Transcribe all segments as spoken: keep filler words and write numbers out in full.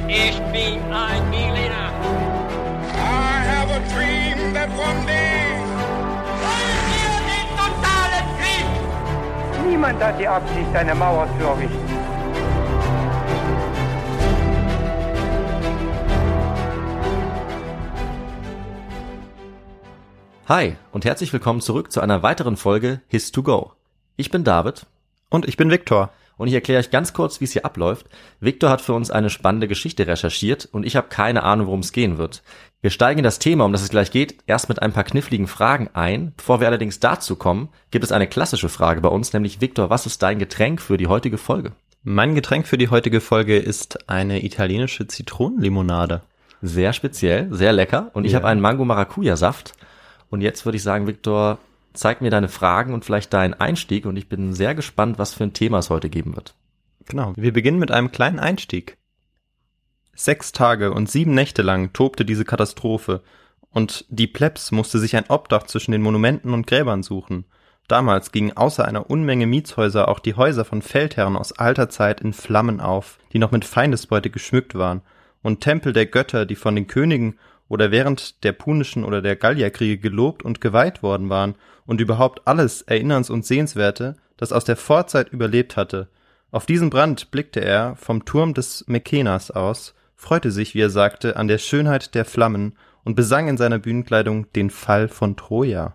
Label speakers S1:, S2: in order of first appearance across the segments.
S1: Ich bin ein Berliner.
S2: I have a dream that one day.
S1: Wollen wir den totalen Krieg?
S3: Niemand hat die Absicht, eine Mauer zu errichten.
S4: Hi und herzlich willkommen zurück zu einer weiteren Folge His to Go. Ich bin David.
S5: Und ich bin Viktor.
S4: Und ich erkläre euch ganz kurz, wie es hier abläuft. Viktor hat für uns eine spannende Geschichte recherchiert und ich habe keine Ahnung, worum es gehen wird. Wir steigen in das Thema, um das es gleich geht, erst mit ein paar kniffligen Fragen ein. Bevor wir allerdings dazu kommen, gibt es eine klassische Frage bei uns, nämlich Viktor, was ist dein Getränk für die heutige Folge?
S5: Mein Getränk für die heutige Folge ist eine italienische Zitronenlimonade.
S4: Sehr speziell, sehr lecker. Und ich
S5: Ja.
S4: habe einen Mango-Maracuja-Saft. Und jetzt würde ich sagen, Viktor, zeig mir deine Fragen und vielleicht deinen Einstieg. Und ich bin sehr gespannt, was für ein Thema es heute geben wird.
S5: Genau, wir beginnen mit einem kleinen Einstieg. Sechs Tage und sieben Nächte lang tobte diese Katastrophe. Und die Plebs musste sich ein Obdach zwischen den Monumenten und Gräbern suchen. Damals gingen außer einer Unmenge Mietshäuser auch die Häuser von Feldherren aus alter Zeit in Flammen auf, die noch mit Feindesbeute geschmückt waren. Und Tempel der Götter, die von den Königen oder während der Punischen oder der Gallierkriege gelobt und geweiht worden waren und überhaupt alles Erinnerns- und Sehenswerte, das aus der Vorzeit überlebt hatte. Auf diesen Brand blickte er vom Turm des Mekenas aus, freute sich, wie er sagte, an der Schönheit der Flammen und besang in seiner Bühnenkleidung den Fall von Troja.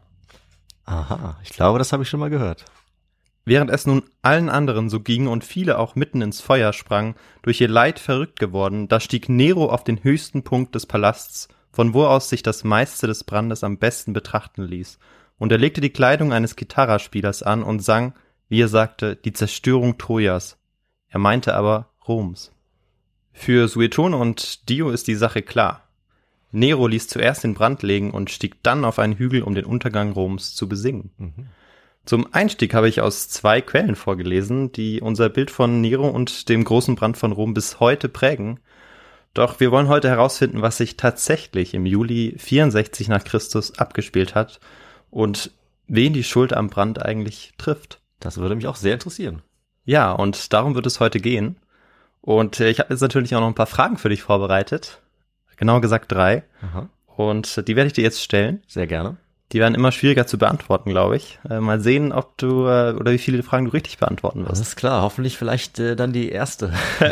S4: Aha, ich glaube, das habe ich schon mal gehört.
S5: Während es nun allen anderen so ging und viele auch mitten ins Feuer sprangen, durch ihr Leid verrückt geworden, da stieg Nero auf den höchsten Punkt des Palasts, von wo aus sich das meiste des Brandes am besten betrachten ließ, und er legte die Kleidung eines Gitarraspielers an und sang, wie er sagte, die Zerstörung Trojas. Er meinte aber Roms. Für Suetone und Dio ist die Sache klar. Nero ließ zuerst den Brand legen und stieg dann auf einen Hügel, um den Untergang Roms zu besingen.
S4: Mhm.
S5: Zum Einstieg habe ich aus zwei Quellen vorgelesen, die unser Bild von Nero und dem großen Brand von Rom bis heute prägen. Doch wir wollen heute herausfinden, was sich tatsächlich im Juli vierundsechzig nach Christus abgespielt hat und wen die Schuld am Brand eigentlich trifft.
S4: Das würde mich auch sehr interessieren.
S5: Ja, und darum wird es heute gehen. Und äh, ich habe jetzt natürlich auch noch ein paar Fragen für dich vorbereitet. Genau gesagt drei.
S4: Aha.
S5: Und die werde ich dir jetzt stellen.
S4: Sehr gerne.
S5: Die werden immer schwieriger zu beantworten, glaube ich. Äh, mal sehen, ob du äh, oder wie viele Fragen du richtig beantworten wirst.
S4: Alles klar, hoffentlich vielleicht äh, dann die erste.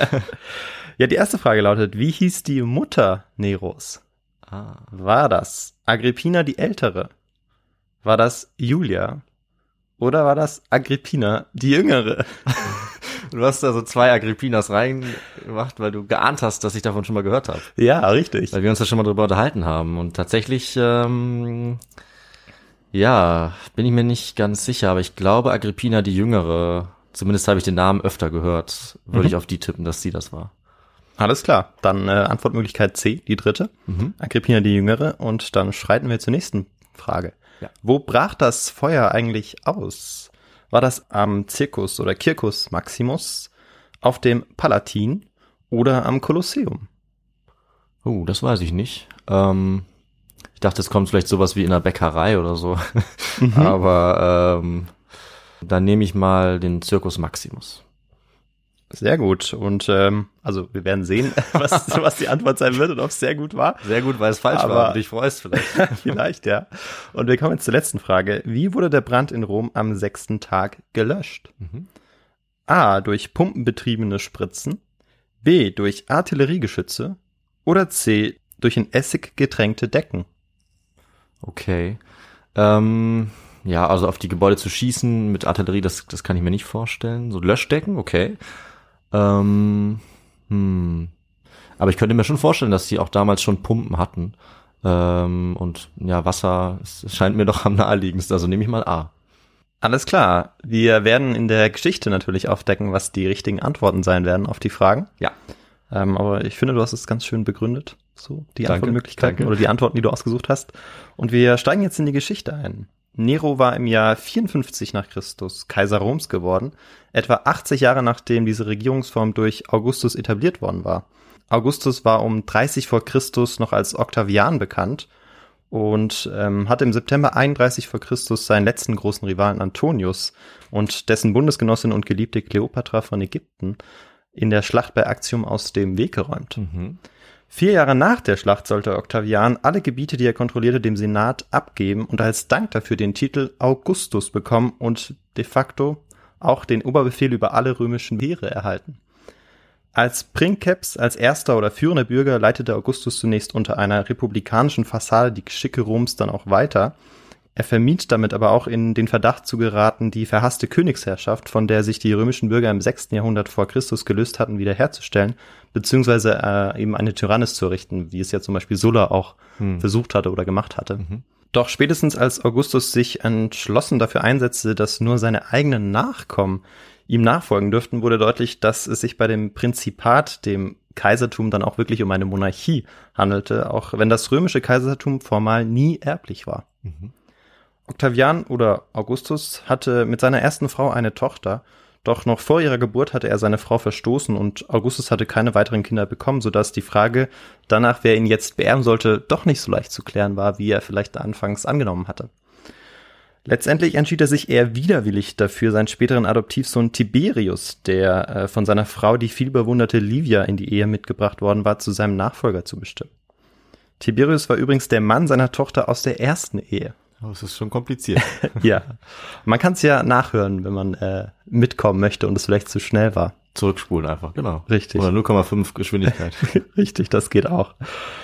S5: Ja, die erste Frage lautet, wie hieß die Mutter Neros?
S4: Ah.
S5: War das Agrippina die Ältere? War das Julia? Oder war das Agrippina die Jüngere?
S4: Du hast da so zwei Agrippinas reingemacht, weil du geahnt hast, dass ich davon schon mal gehört habe.
S5: Ja, richtig.
S4: Weil wir uns da schon mal drüber unterhalten haben. Und tatsächlich, ähm, ja, bin ich mir nicht ganz sicher, aber ich glaube Agrippina die Jüngere, zumindest habe ich den Namen öfter gehört, würde
S5: Mhm.
S4: ich auf die tippen, dass sie das war.
S5: Alles klar. Dann äh, Antwortmöglichkeit C, die dritte.
S4: Mhm.
S5: Agrippina die Jüngere. Und dann schreiten wir zur nächsten Frage.
S4: Ja.
S5: Wo brach das Feuer eigentlich aus? War das am Circus oder Circus Maximus, auf dem Palatin oder am Kolosseum?
S4: Oh, das weiß ich nicht. Ähm, ich dachte, es kommt vielleicht sowas wie in einer Bäckerei oder so.
S5: Mhm.
S4: Aber ähm, dann nehme ich mal den Circus Maximus.
S5: Sehr gut. Und ähm, also wir werden sehen, was, was die Antwort sein wird und ob es sehr gut war.
S4: Sehr gut, weil es falsch
S5: Aber-
S4: war. Und dich freust vielleicht.
S5: Vielleicht, ja. Und wir kommen jetzt zur letzten Frage. Wie wurde der Brand in Rom am sechsten Tag gelöscht?
S4: Mhm.
S5: A. Durch pumpenbetriebene Spritzen. B. Durch Artilleriegeschütze. Oder C. Durch in Essig getränkte Decken.
S4: Okay. Ähm, ja, also auf die Gebäude zu schießen mit Artillerie, das, das kann ich mir nicht vorstellen. So Löschdecken, okay. Ähm, hm. Aber ich könnte mir schon vorstellen, dass die auch damals schon Pumpen hatten. Ähm, und ja, Wasser, es scheint mir doch am naheliegendsten. Also nehme ich mal A.
S5: Alles klar. Wir werden in der Geschichte natürlich aufdecken, was die richtigen Antworten sein werden auf die Fragen.
S4: Ja.
S5: Ähm, aber ich finde, du hast es ganz schön begründet. So, die
S4: Danke,
S5: Antwortmöglichkeiten
S4: danke.
S5: oder die Antworten, die du ausgesucht hast. Und wir steigen jetzt in die Geschichte ein. Nero war im Jahr vierundfünfzig nach Christus Kaiser Roms geworden, etwa achtzig Jahre nachdem diese Regierungsform durch Augustus etabliert worden war. Augustus war um dreißig vor Christus noch als Octavian bekannt und ähm, hatte im September einunddreißig vor Christus seinen letzten großen Rivalen Antonius und dessen Bundesgenossin und Geliebte Kleopatra von Ägypten in der Schlacht bei Actium aus dem Weg geräumt.
S4: Mhm.
S5: Vier Jahre nach der Schlacht sollte Octavian alle Gebiete, die er kontrollierte, dem Senat abgeben und als Dank dafür den Titel Augustus bekommen und de facto auch den Oberbefehl über alle römischen Heere erhalten. Als Princeps, als erster oder führender Bürger, leitete Augustus zunächst unter einer republikanischen Fassade die Geschicke Roms dann auch weiter. Er vermied damit aber auch in den Verdacht zu geraten, die verhasste Königsherrschaft, von der sich die römischen Bürger im sechsten Jahrhundert vor Christus gelöst hatten, wiederherzustellen, beziehungsweise äh, eben eine Tyrannis zu errichten, wie es ja zum Beispiel Sulla auch hm. versucht hatte oder gemacht hatte. Mhm. Doch spätestens als Augustus sich entschlossen dafür einsetzte, dass nur seine eigenen Nachkommen ihm nachfolgen dürften, wurde deutlich, dass es sich bei dem Prinzipat, dem Kaisertum, dann auch wirklich um eine Monarchie handelte, auch wenn das römische Kaisertum formal nie erblich war. Mhm. Octavian oder Augustus hatte mit seiner ersten Frau eine Tochter, doch noch vor ihrer Geburt hatte er seine Frau verstoßen und Augustus hatte keine weiteren Kinder bekommen, sodass die Frage danach, wer ihn jetzt beerben sollte, doch nicht so leicht zu klären war, wie er vielleicht anfangs angenommen hatte. Letztendlich entschied er sich eher widerwillig dafür, seinen späteren Adoptivsohn Tiberius, der äh, von seiner Frau, die viel bewunderte Livia, in die Ehe mitgebracht worden war, zu seinem Nachfolger zu bestimmen. Tiberius war übrigens der Mann seiner Tochter aus der ersten Ehe.
S4: Oh, das ist schon kompliziert.
S5: Ja, man kann es ja nachhören, wenn man äh, mitkommen möchte und es vielleicht zu schnell war.
S4: Zurückspulen einfach, genau.
S5: Richtig.
S4: Oder null Komma fünf Geschwindigkeit.
S5: Richtig, das geht auch.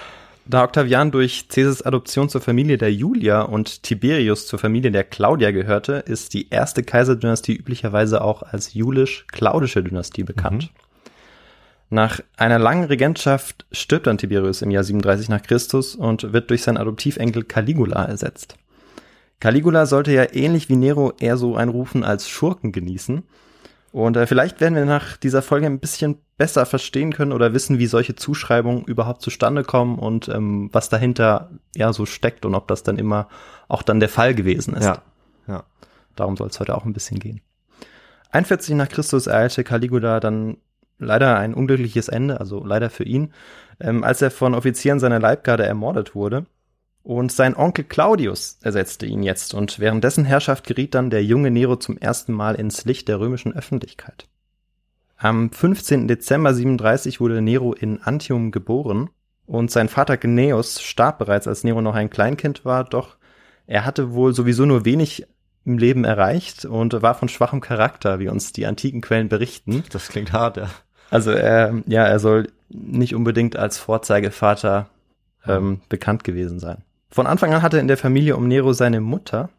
S5: Da Octavian durch Caesars Adoption zur Familie der Julia und Tiberius zur Familie der Claudia gehörte, ist die erste Kaiserdynastie üblicherweise auch als julisch-claudische Dynastie bekannt. Mhm. Nach einer langen Regentschaft stirbt dann Tiberius im Jahr siebenunddreißig nach Christus und wird durch seinen Adoptivenkel Caligula ersetzt. Caligula sollte ja ähnlich wie Nero eher so ein Rufen als Schurken genießen. Und äh, vielleicht werden wir nach dieser Folge ein bisschen besser verstehen können oder wissen, wie solche Zuschreibungen überhaupt zustande kommen und ähm, was dahinter ja so steckt und ob das dann immer auch dann der Fall gewesen ist.
S4: Ja, ja.
S5: Darum soll es heute auch ein bisschen gehen. einundvierzig nach Christus ereilte Caligula dann leider ein unglückliches Ende, also leider für ihn, ähm, als er von Offizieren seiner Leibgarde ermordet wurde. Und sein Onkel Claudius ersetzte ihn jetzt und während dessen Herrschaft geriet dann der junge Nero zum ersten Mal ins Licht der römischen Öffentlichkeit. Am fünfzehnten Dezember siebenunddreißig wurde Nero in Antium geboren und sein Vater Gnaeus starb bereits, als Nero noch ein Kleinkind war, doch er hatte wohl sowieso nur wenig im Leben erreicht und war von schwachem Charakter, wie uns die antiken Quellen berichten.
S4: Das klingt hart, ja.
S5: Also er, ja, er soll nicht unbedingt als Vorzeigevater ähm, bekannt gewesen sein. Von Anfang an hatte in der Familie um Nero seine Mutter,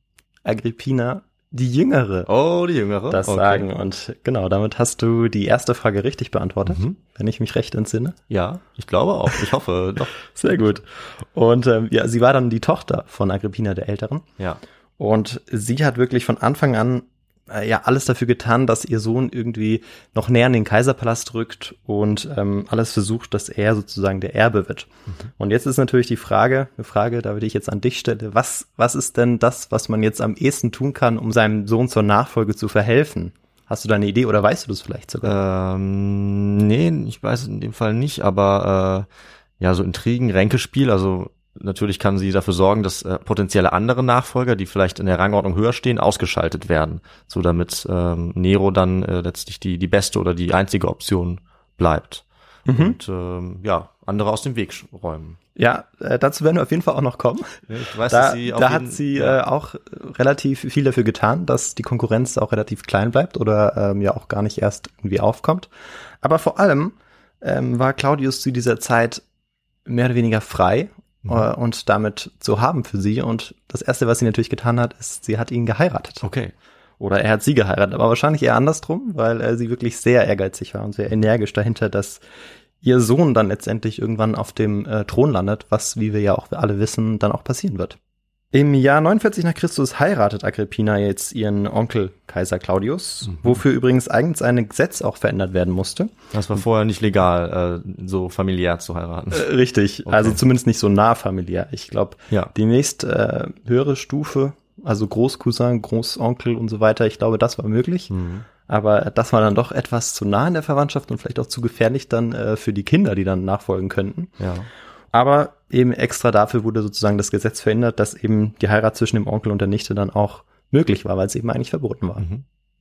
S5: Agrippina, die Jüngere,
S4: oh, die Jüngere,
S5: das
S4: okay.
S5: Sagen. Und genau, damit hast du die erste Frage richtig beantwortet, mhm. wenn ich mich recht entsinne.
S4: Ja, ich glaube auch. Ich hoffe doch.
S5: Sehr gut. Und ähm, ja, sie war dann die Tochter von Agrippina der Älteren.
S4: Ja.
S5: Und sie hat wirklich von Anfang an äh, ja alles dafür getan, dass ihr Sohn irgendwie noch näher in den Kaiserpalast rückt und ähm, alles versucht, dass er sozusagen der Erbe wird. Mhm. Und jetzt ist natürlich die Frage, eine Frage, da würde ich jetzt an dich stelle, was was ist denn das, was man jetzt am ehesten tun kann, um seinem Sohn zur Nachfolge zu verhelfen? Hast du da eine Idee oder weißt du das vielleicht sogar?
S4: Ähm, nee, ich weiß es in dem Fall nicht, aber äh, ja, so Intrigen, Ränkespiel, also natürlich kann sie dafür sorgen, dass äh, potenzielle andere Nachfolger, die vielleicht in der Rangordnung höher stehen, ausgeschaltet werden, so damit ähm, Nero dann äh, letztlich die die beste oder die einzige Option bleibt. Mhm. Und ähm, ja, andere aus dem Weg räumen.
S5: Ja, äh, dazu werden wir auf jeden Fall auch noch kommen.
S4: Ich weiß,
S5: da
S4: dass sie auf
S5: da
S4: jeden,
S5: hat sie
S4: ja.
S5: äh, auch relativ viel dafür getan, dass die Konkurrenz auch relativ klein bleibt oder ähm, ja auch gar nicht erst irgendwie aufkommt. Aber vor allem ähm, war Claudius zu dieser Zeit mehr oder weniger frei. Mhm. Und damit zu haben für sie. Und das Erste, was sie natürlich getan hat, ist, sie hat ihn geheiratet.
S4: Okay.
S5: Oder er hat sie geheiratet, aber wahrscheinlich eher andersrum, weil äh, sie wirklich sehr ehrgeizig war und sehr energisch dahinter, dass ihr Sohn dann letztendlich irgendwann auf dem äh, Thron landet, was, wie wir ja auch alle wissen, dann auch passieren wird. Im Jahr neunundvierzig nach Christus heiratet Agrippina jetzt ihren Onkel Kaiser Claudius, mhm. wofür übrigens eigens ein Gesetz auch verändert werden musste.
S4: Das war vorher nicht legal, äh, so familiär zu heiraten.
S5: Äh, richtig, okay. Also zumindest nicht so nah familiär. Ich glaube,
S4: ja.
S5: die nächst äh, höhere Stufe, also Großcousin, Großonkel und so weiter, ich glaube, das war möglich. Mhm. Aber das war dann doch etwas zu nah in der Verwandtschaft und vielleicht auch zu gefährlich dann äh, für die Kinder, die dann nachfolgen könnten.
S4: Ja.
S5: Aber eben extra dafür wurde sozusagen das Gesetz verändert, dass eben die Heirat zwischen dem Onkel und der Nichte dann auch möglich war, weil es eben eigentlich verboten war.
S4: Mhm.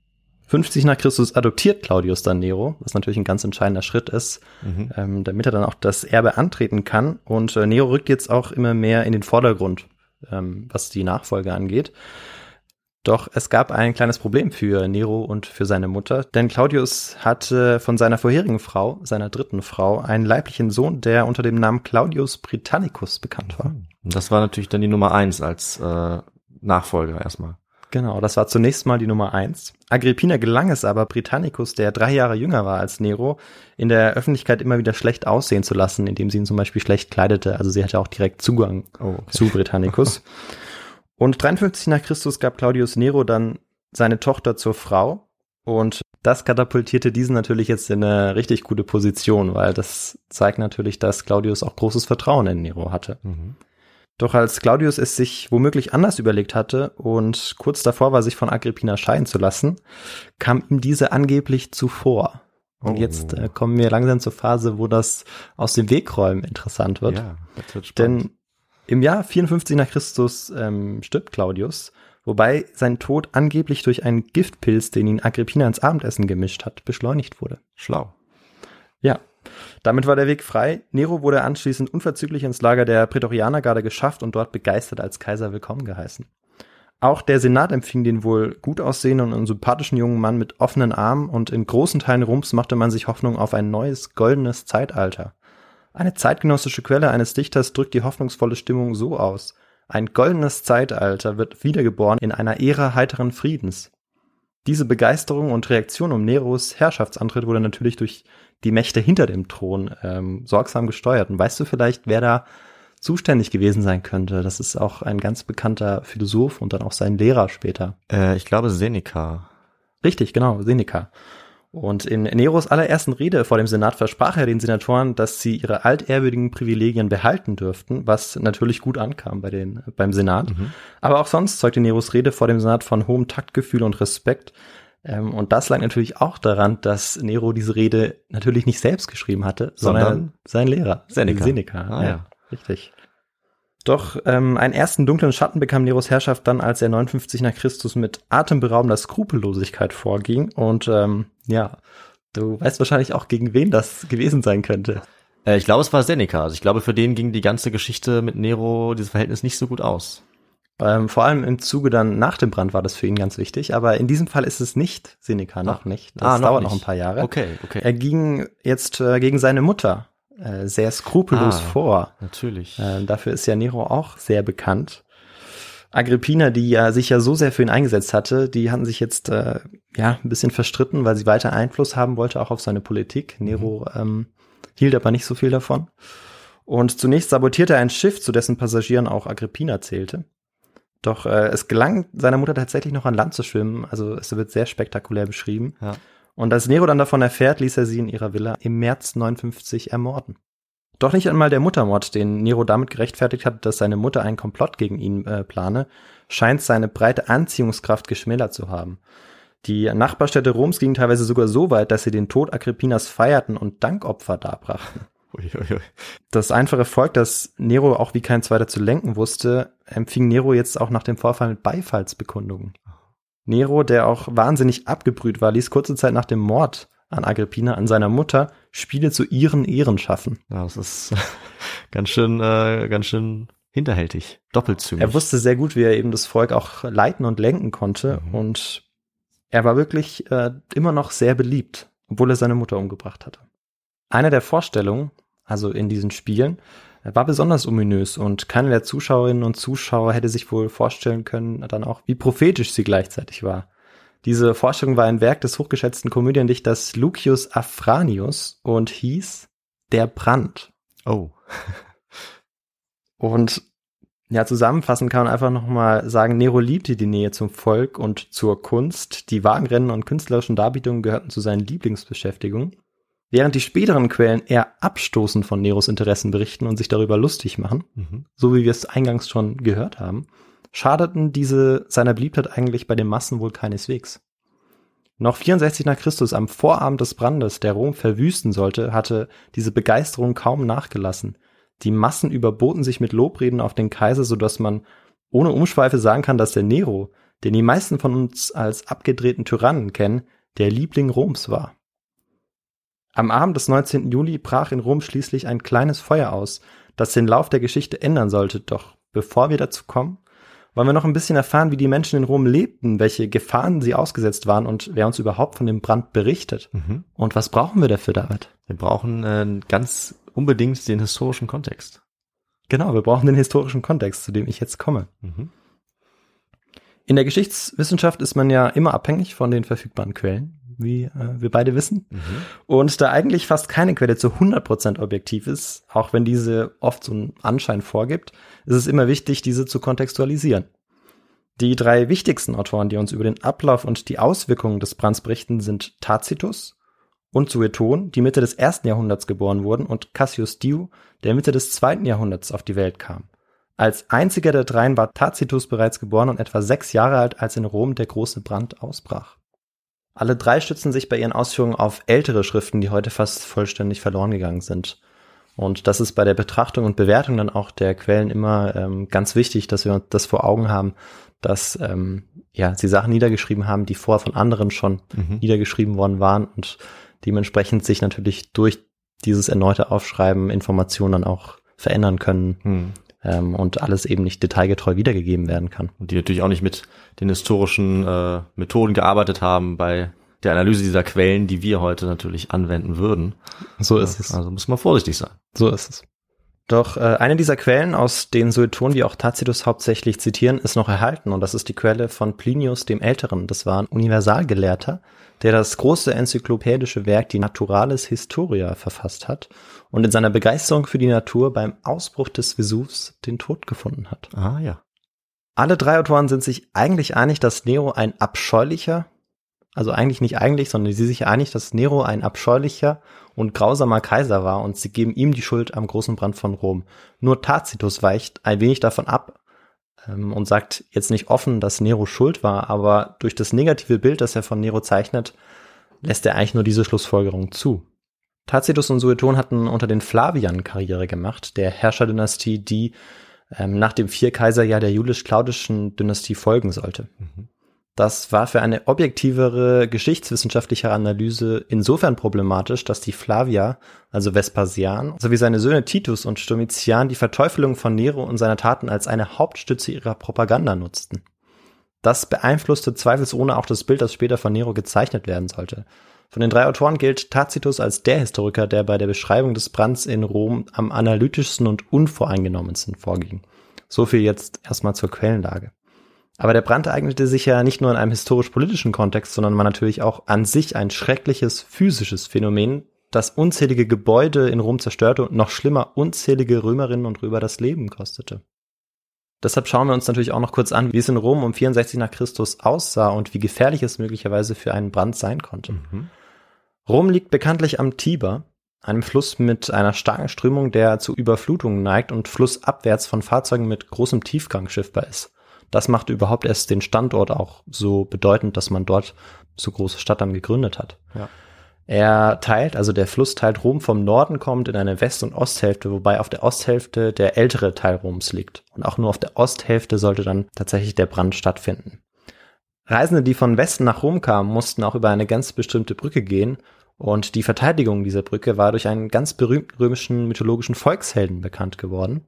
S5: fünfzig nach Christus adoptiert Claudius dann Nero, was natürlich ein ganz entscheidender Schritt ist, mhm. ähm, damit er dann auch das Erbe antreten kann. Und äh, Nero rückt jetzt auch immer mehr in den Vordergrund, ähm, was die Nachfolge angeht. Doch es gab ein kleines Problem für Nero und für seine Mutter, denn Claudius hatte von seiner vorherigen Frau, seiner dritten Frau, einen leiblichen Sohn, der unter dem Namen Claudius Britannicus bekannt war.
S4: Und das war natürlich dann die Nummer eins als äh, Nachfolger erstmal.
S5: Genau, das war zunächst mal die Nummer eins. Agrippina gelang es aber, Britannicus, der drei Jahre jünger war als Nero, in der Öffentlichkeit immer wieder schlecht aussehen zu lassen, indem sie ihn zum Beispiel schlecht kleidete. Also sie hatte auch direkt Zugang oh, okay. zu Britannicus. Und dreiundfünfzig nach Christus gab Claudius Nero dann seine Tochter zur Frau. Und das katapultierte diesen natürlich jetzt in eine richtig gute Position, weil das zeigt natürlich, dass Claudius auch großes Vertrauen in Nero hatte. Mhm. Doch als Claudius es sich womöglich anders überlegt hatte und kurz davor war, sich von Agrippina scheiden zu lassen, kam ihm diese angeblich zuvor. Und oh. jetzt äh, kommen wir langsam zur Phase, wo das aus dem Wegräumen interessant wird.
S4: Ja, das wird spannend.
S5: Denn im Jahr vierundfünfzig nach Christus ähm, stirbt Claudius, wobei sein Tod angeblich durch einen Giftpilz, den ihn Agrippina ins Abendessen gemischt hat, beschleunigt wurde.
S4: Schlau.
S5: Ja. Damit war der Weg frei. Nero wurde anschließend unverzüglich ins Lager der Prätorianergarde geschafft und dort begeistert als Kaiser willkommen geheißen. Auch der Senat empfing den wohl gut aussehenden und sympathischen jungen Mann mit offenen Armen und in großen Teilen Roms machte man sich Hoffnung auf ein neues, goldenes Zeitalter. Eine zeitgenössische Quelle eines Dichters drückt die hoffnungsvolle Stimmung so aus: Ein goldenes Zeitalter wird wiedergeboren in einer Ära heiteren Friedens. Diese Begeisterung und Reaktion um Neros Herrschaftsantritt wurde natürlich durch die Mächte hinter dem Thron ähm, sorgsam gesteuert. Und weißt du vielleicht, wer da zuständig gewesen sein könnte? Das ist auch ein ganz bekannter Philosoph und dann auch sein Lehrer später.
S4: Äh, ich glaube Seneca.
S5: Richtig, genau, Seneca. Und in Neros allerersten Rede vor dem Senat versprach er den Senatoren, dass sie ihre altehrwürdigen Privilegien behalten dürften, was natürlich gut ankam bei den, beim Senat. Mhm. Aber auch sonst zeugte Neros Rede vor dem Senat von hohem Taktgefühl und Respekt. Ähm, und das lag natürlich auch daran, dass Nero diese Rede natürlich nicht selbst geschrieben hatte, sondern, sondern sein Lehrer,
S4: Seneca.
S5: Seneca.
S4: Ah, ja.
S5: ja, richtig. Doch ähm, einen ersten dunklen Schatten bekam Neros Herrschaft dann, als er neunundfünfzig nach Christus mit atemberaubender Skrupellosigkeit vorging. Und ähm, ja, du weißt wahrscheinlich auch, gegen wen das gewesen sein könnte.
S4: Äh, ich glaube, es war Seneca. Also ich glaube, für den ging die ganze Geschichte mit Nero, dieses Verhältnis, nicht so gut aus.
S5: Ähm, vor allem im Zuge dann nach dem Brand war das für ihn ganz wichtig. Aber in diesem Fall ist es nicht Seneca, noch nicht. Das
S4: ah, noch
S5: dauert
S4: nicht.
S5: noch ein paar Jahre.
S4: Okay, okay.
S5: Er ging jetzt äh, gegen seine Mutter äh, sehr skrupellos
S4: ah,
S5: vor.
S4: Natürlich.
S5: Äh, dafür ist ja Nero auch sehr bekannt. Agrippina, die ja sich ja so sehr für ihn eingesetzt hatte, die hatten sich jetzt äh, ja ein bisschen verstritten, weil sie weiter Einfluss haben wollte, auch auf seine Politik. Nero mhm. ähm, hielt aber nicht so viel davon. Und zunächst sabotierte er ein Schiff, zu dessen Passagieren auch Agrippina zählte. Doch äh, es gelang seiner Mutter tatsächlich noch an Land zu schwimmen, also es wird sehr spektakulär beschrieben.
S4: Ja.
S5: Und als Nero dann davon erfährt, ließ er sie in ihrer Villa im März neunundfünfzig ermorden. Doch nicht einmal der Muttermord, den Nero damit gerechtfertigt hat, dass seine Mutter einen Komplott gegen ihn äh, plane, scheint seine breite Anziehungskraft geschmälert zu haben. Die Nachbarstädte Roms gingen teilweise sogar so weit, dass sie den Tod Agrippinas feierten und Dankopfer darbrachten.
S4: Uiuiui.
S5: Das einfache Volk, das Nero auch wie kein zweiter zu lenken wusste, empfing Nero jetzt auch nach dem Vorfall mit Beifallsbekundungen. Nero, der auch wahnsinnig abgebrüht war, ließ kurze Zeit nach dem Mord an Agrippina, an seiner Mutter, Spiele zu ihren Ehren schaffen.
S4: Ja, das ist ganz schön, äh, ganz schön hinterhältig, doppelzüngig.
S5: Er wusste sehr gut, wie er eben das Volk auch leiten und lenken konnte. Mhm. Und er war wirklich äh, immer noch sehr beliebt, obwohl er seine Mutter umgebracht hatte. Eine der Vorstellungen, also in diesen Spielen, war besonders ominös und keiner der Zuschauerinnen und Zuschauer hätte sich wohl vorstellen können, dann auch, wie prophetisch sie gleichzeitig war. Diese Vorstellung war ein Werk des hochgeschätzten Komödiendichters Lucius Afranius und hieß Der Brand.
S4: Oh.
S5: Und ja, zusammenfassend kann man einfach nochmal sagen, Nero liebte die Nähe zum Volk und zur Kunst. Die Wagenrennen und künstlerischen Darbietungen gehörten zu seinen Lieblingsbeschäftigungen. Während die späteren Quellen eher abstoßend von Neros Interessen berichten und sich darüber lustig machen, mhm. so wie wir es eingangs schon gehört haben, schadeten diese seiner Beliebtheit eigentlich bei den Massen wohl keineswegs. Noch vierundsechzig nach Christus, am Vorabend des Brandes, der Rom verwüsten sollte, hatte diese Begeisterung kaum nachgelassen. Die Massen überboten sich mit Lobreden auf den Kaiser, sodass man ohne Umschweife sagen kann, dass der Nero, den die meisten von uns als abgedrehten Tyrannen kennen, der Liebling Roms war. Am Abend des neunzehnten Juli brach in Rom schließlich ein kleines Feuer aus, das den Lauf der Geschichte ändern sollte. Doch bevor wir dazu kommen, wollen wir noch ein bisschen erfahren, wie die Menschen in Rom lebten, welche Gefahren sie ausgesetzt waren und wer uns überhaupt von dem Brand berichtet. Mhm. Und was brauchen wir dafür, David?
S4: Wir brauchen äh, ganz unbedingt den historischen Kontext.
S5: Genau, wir brauchen den historischen Kontext, zu dem ich jetzt komme. Mhm. In der Geschichtswissenschaft ist man ja immer abhängig von den verfügbaren Quellen, wie äh, wir beide wissen. Mhm. Und da eigentlich fast keine Quelle zu hundert Prozent objektiv ist, auch wenn diese oft so einen Anschein vorgibt, ist es immer wichtig, diese zu kontextualisieren. Die drei wichtigsten Autoren, die uns über den Ablauf und die Auswirkungen des Brands berichten, sind Tacitus und Sueton, die Mitte des ersten Jahrhunderts geboren wurden, und Cassius Dio, der Mitte des zweiten Jahrhunderts auf die Welt kam. Als einziger der dreien war Tacitus bereits geboren und etwa sechs Jahre alt, als in Rom der große Brand ausbrach. Alle drei stützen sich bei ihren Ausführungen auf ältere Schriften, die heute fast vollständig verloren gegangen sind. Und das ist bei der Betrachtung und Bewertung dann auch der Quellen immer ähm, ganz wichtig, dass wir uns das vor Augen haben, dass ähm, ja sie Sachen niedergeschrieben haben, die vorher von anderen schon mhm. niedergeschrieben worden waren und dementsprechend sich natürlich durch dieses erneute Aufschreiben Informationen dann auch verändern können. Mhm. Ähm, und alles eben nicht detailgetreu wiedergegeben werden kann.
S4: Und die natürlich auch nicht mit den historischen äh, Methoden gearbeitet haben bei der Analyse dieser Quellen, die wir heute natürlich anwenden würden.
S5: So ist es.
S4: Also muss man vorsichtig sein.
S5: So ist es. Doch äh, eine dieser Quellen, aus denen Sueton wie auch Tacitus hauptsächlich zitieren, ist noch erhalten, und das ist die Quelle von Plinius dem Älteren. Das war ein Universalgelehrter, der das große enzyklopädische Werk Die Naturalis Historia verfasst hat und in seiner Begeisterung für die Natur beim Ausbruch des Vesuvs den Tod gefunden hat.
S4: Ah ja.
S5: Alle drei Autoren sind sich eigentlich einig, dass Nero ein abscheulicher, also eigentlich nicht eigentlich, sondern sie sind sich einig, dass Nero ein abscheulicher und grausamer Kaiser war, und sie geben ihm die Schuld am großen Brand von Rom. Nur Tacitus weicht ein wenig davon ab ähm, und sagt jetzt nicht offen, dass Nero schuld war, aber durch das negative Bild, das er von Nero zeichnet, lässt er eigentlich nur diese Schlussfolgerung zu. Tacitus und Sueton hatten unter den Flaviern Karriere gemacht, der Herrscherdynastie, die ähm, nach dem Vierkaiserjahr der julisch-claudischen Dynastie folgen sollte. Mhm. Das war für eine objektivere geschichtswissenschaftliche Analyse insofern problematisch, dass die Flavier, also Vespasian, sowie seine Söhne Titus und Domitian die Verteufelung von Nero und seiner Taten als eine Hauptstütze ihrer Propaganda nutzten. Das beeinflusste zweifelsohne auch das Bild, das später von Nero gezeichnet werden sollte. Von den drei Autoren gilt Tacitus als der Historiker, der bei der Beschreibung des Brands in Rom am analytischsten und unvoreingenommensten vorging. So viel jetzt erstmal zur Quellenlage. Aber der Brand eignete sich ja nicht nur in einem historisch-politischen Kontext, sondern war natürlich auch an sich ein schreckliches physisches Phänomen, das unzählige Gebäude in Rom zerstörte und noch schlimmer unzählige Römerinnen und Römer das Leben kostete. Deshalb schauen wir uns natürlich auch noch kurz an, wie es in Rom um vierundsechzig nach Christus aussah und wie gefährlich es möglicherweise für einen Brand sein konnte. Mhm. Rom liegt bekanntlich am Tiber, einem Fluss mit einer starken Strömung, der zu Überflutungen neigt und flussabwärts von Fahrzeugen mit großem Tiefgang schiffbar ist. Das macht überhaupt erst den Standort auch so bedeutend, dass man dort so große Stadt dann gegründet hat. Ja. Er teilt, also der Fluss teilt Rom vom Norden kommt in eine West- und Osthälfte, wobei auf der Osthälfte der ältere Teil Roms liegt. Und auch nur auf der Osthälfte sollte dann tatsächlich der Brand stattfinden. Reisende, die von Westen nach Rom kamen, mussten auch über eine ganz bestimmte Brücke gehen. Und die Verteidigung dieser Brücke war durch einen ganz berühmten römischen mythologischen Volkshelden bekannt geworden.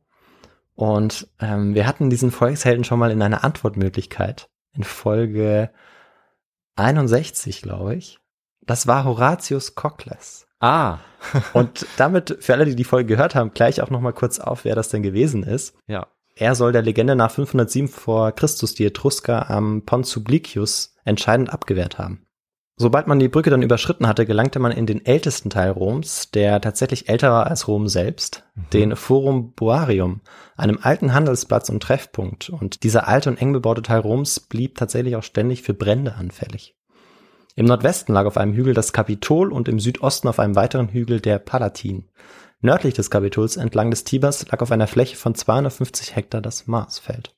S5: Und ähm, wir hatten diesen Volkshelden schon mal in einer Antwortmöglichkeit in Folge einundsechzig, glaube ich. Das war Horatius Cocles.
S4: Ah.
S5: Und damit, für alle, die die Folge gehört haben, gleich auch noch mal kurz auf, wer das denn gewesen ist.
S4: Ja.
S5: Er soll der Legende nach fünfhundertsieben vor Christus die Etrusker am Pont Sublicius entscheidend abgewehrt haben. Sobald man die Brücke dann überschritten hatte, gelangte man in den ältesten Teil Roms, der tatsächlich älter war als Rom selbst, mhm. den Forum Boarium, einem alten Handelsplatz und Treffpunkt. Und dieser alte und eng bebaute Teil Roms blieb tatsächlich auch ständig für Brände anfällig. Im Nordwesten lag auf einem Hügel das Kapitol und im Südosten auf einem weiteren Hügel der Palatin. Nördlich des Kapitols entlang des Tibers lag auf einer Fläche von zweihundertfünfzig Hektar das Marsfeld.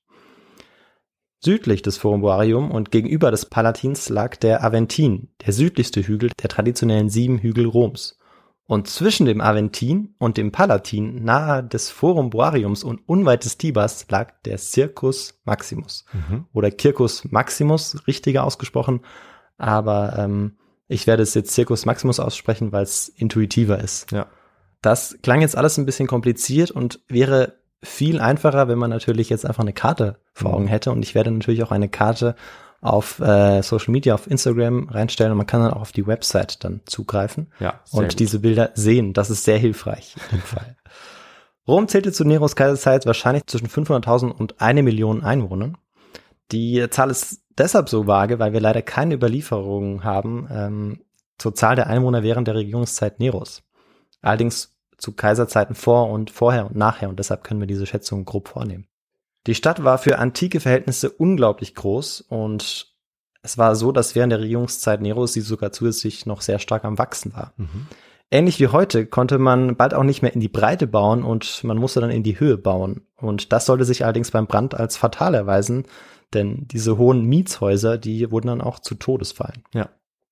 S5: Südlich des Forum Boarium und gegenüber des Palatins lag der Aventin, der südlichste Hügel der traditionellen sieben Hügel Roms. Und zwischen dem Aventin und dem Palatin, nahe des Forum Boariums und unweit des Tibers, lag der Circus Maximus. Mhm. Oder Circus Maximus, richtiger ausgesprochen. Aber ähm, Ich werde es jetzt Circus Maximus aussprechen, weil es intuitiver ist.
S4: Ja.
S5: Das klang jetzt alles ein bisschen kompliziert und wäre viel einfacher, wenn man natürlich jetzt einfach eine Karte vor Augen hätte. Und ich werde natürlich auch eine Karte auf äh, Social Media, auf Instagram reinstellen und man kann dann auch auf die Website dann zugreifen
S4: Ja, sehr
S5: und
S4: gut.
S5: diese Bilder sehen. Das ist sehr hilfreich in dem Fall. Rom zählte zu Neros Kaiserzeit wahrscheinlich zwischen fünfhunderttausend und eine Million Einwohnern. Die Zahl ist deshalb so vage, weil wir leider keine Überlieferungen haben ähm, zur Zahl der Einwohner während der Regierungszeit Neros. Allerdings zu Kaiserzeiten vor und vorher und nachher und deshalb können wir diese Schätzung grob vornehmen. Die Stadt war für antike Verhältnisse unglaublich groß und es war so, dass während der Regierungszeit Neros sie sogar zusätzlich noch sehr stark am Wachsen war.
S4: Mhm.
S5: Ähnlich wie heute konnte man bald auch nicht mehr in die Breite bauen und man musste dann in die Höhe bauen. Und das sollte sich allerdings beim Brand als fatal erweisen, denn diese hohen Mietshäuser, die wurden dann auch zu Todesfallen.
S4: Ja.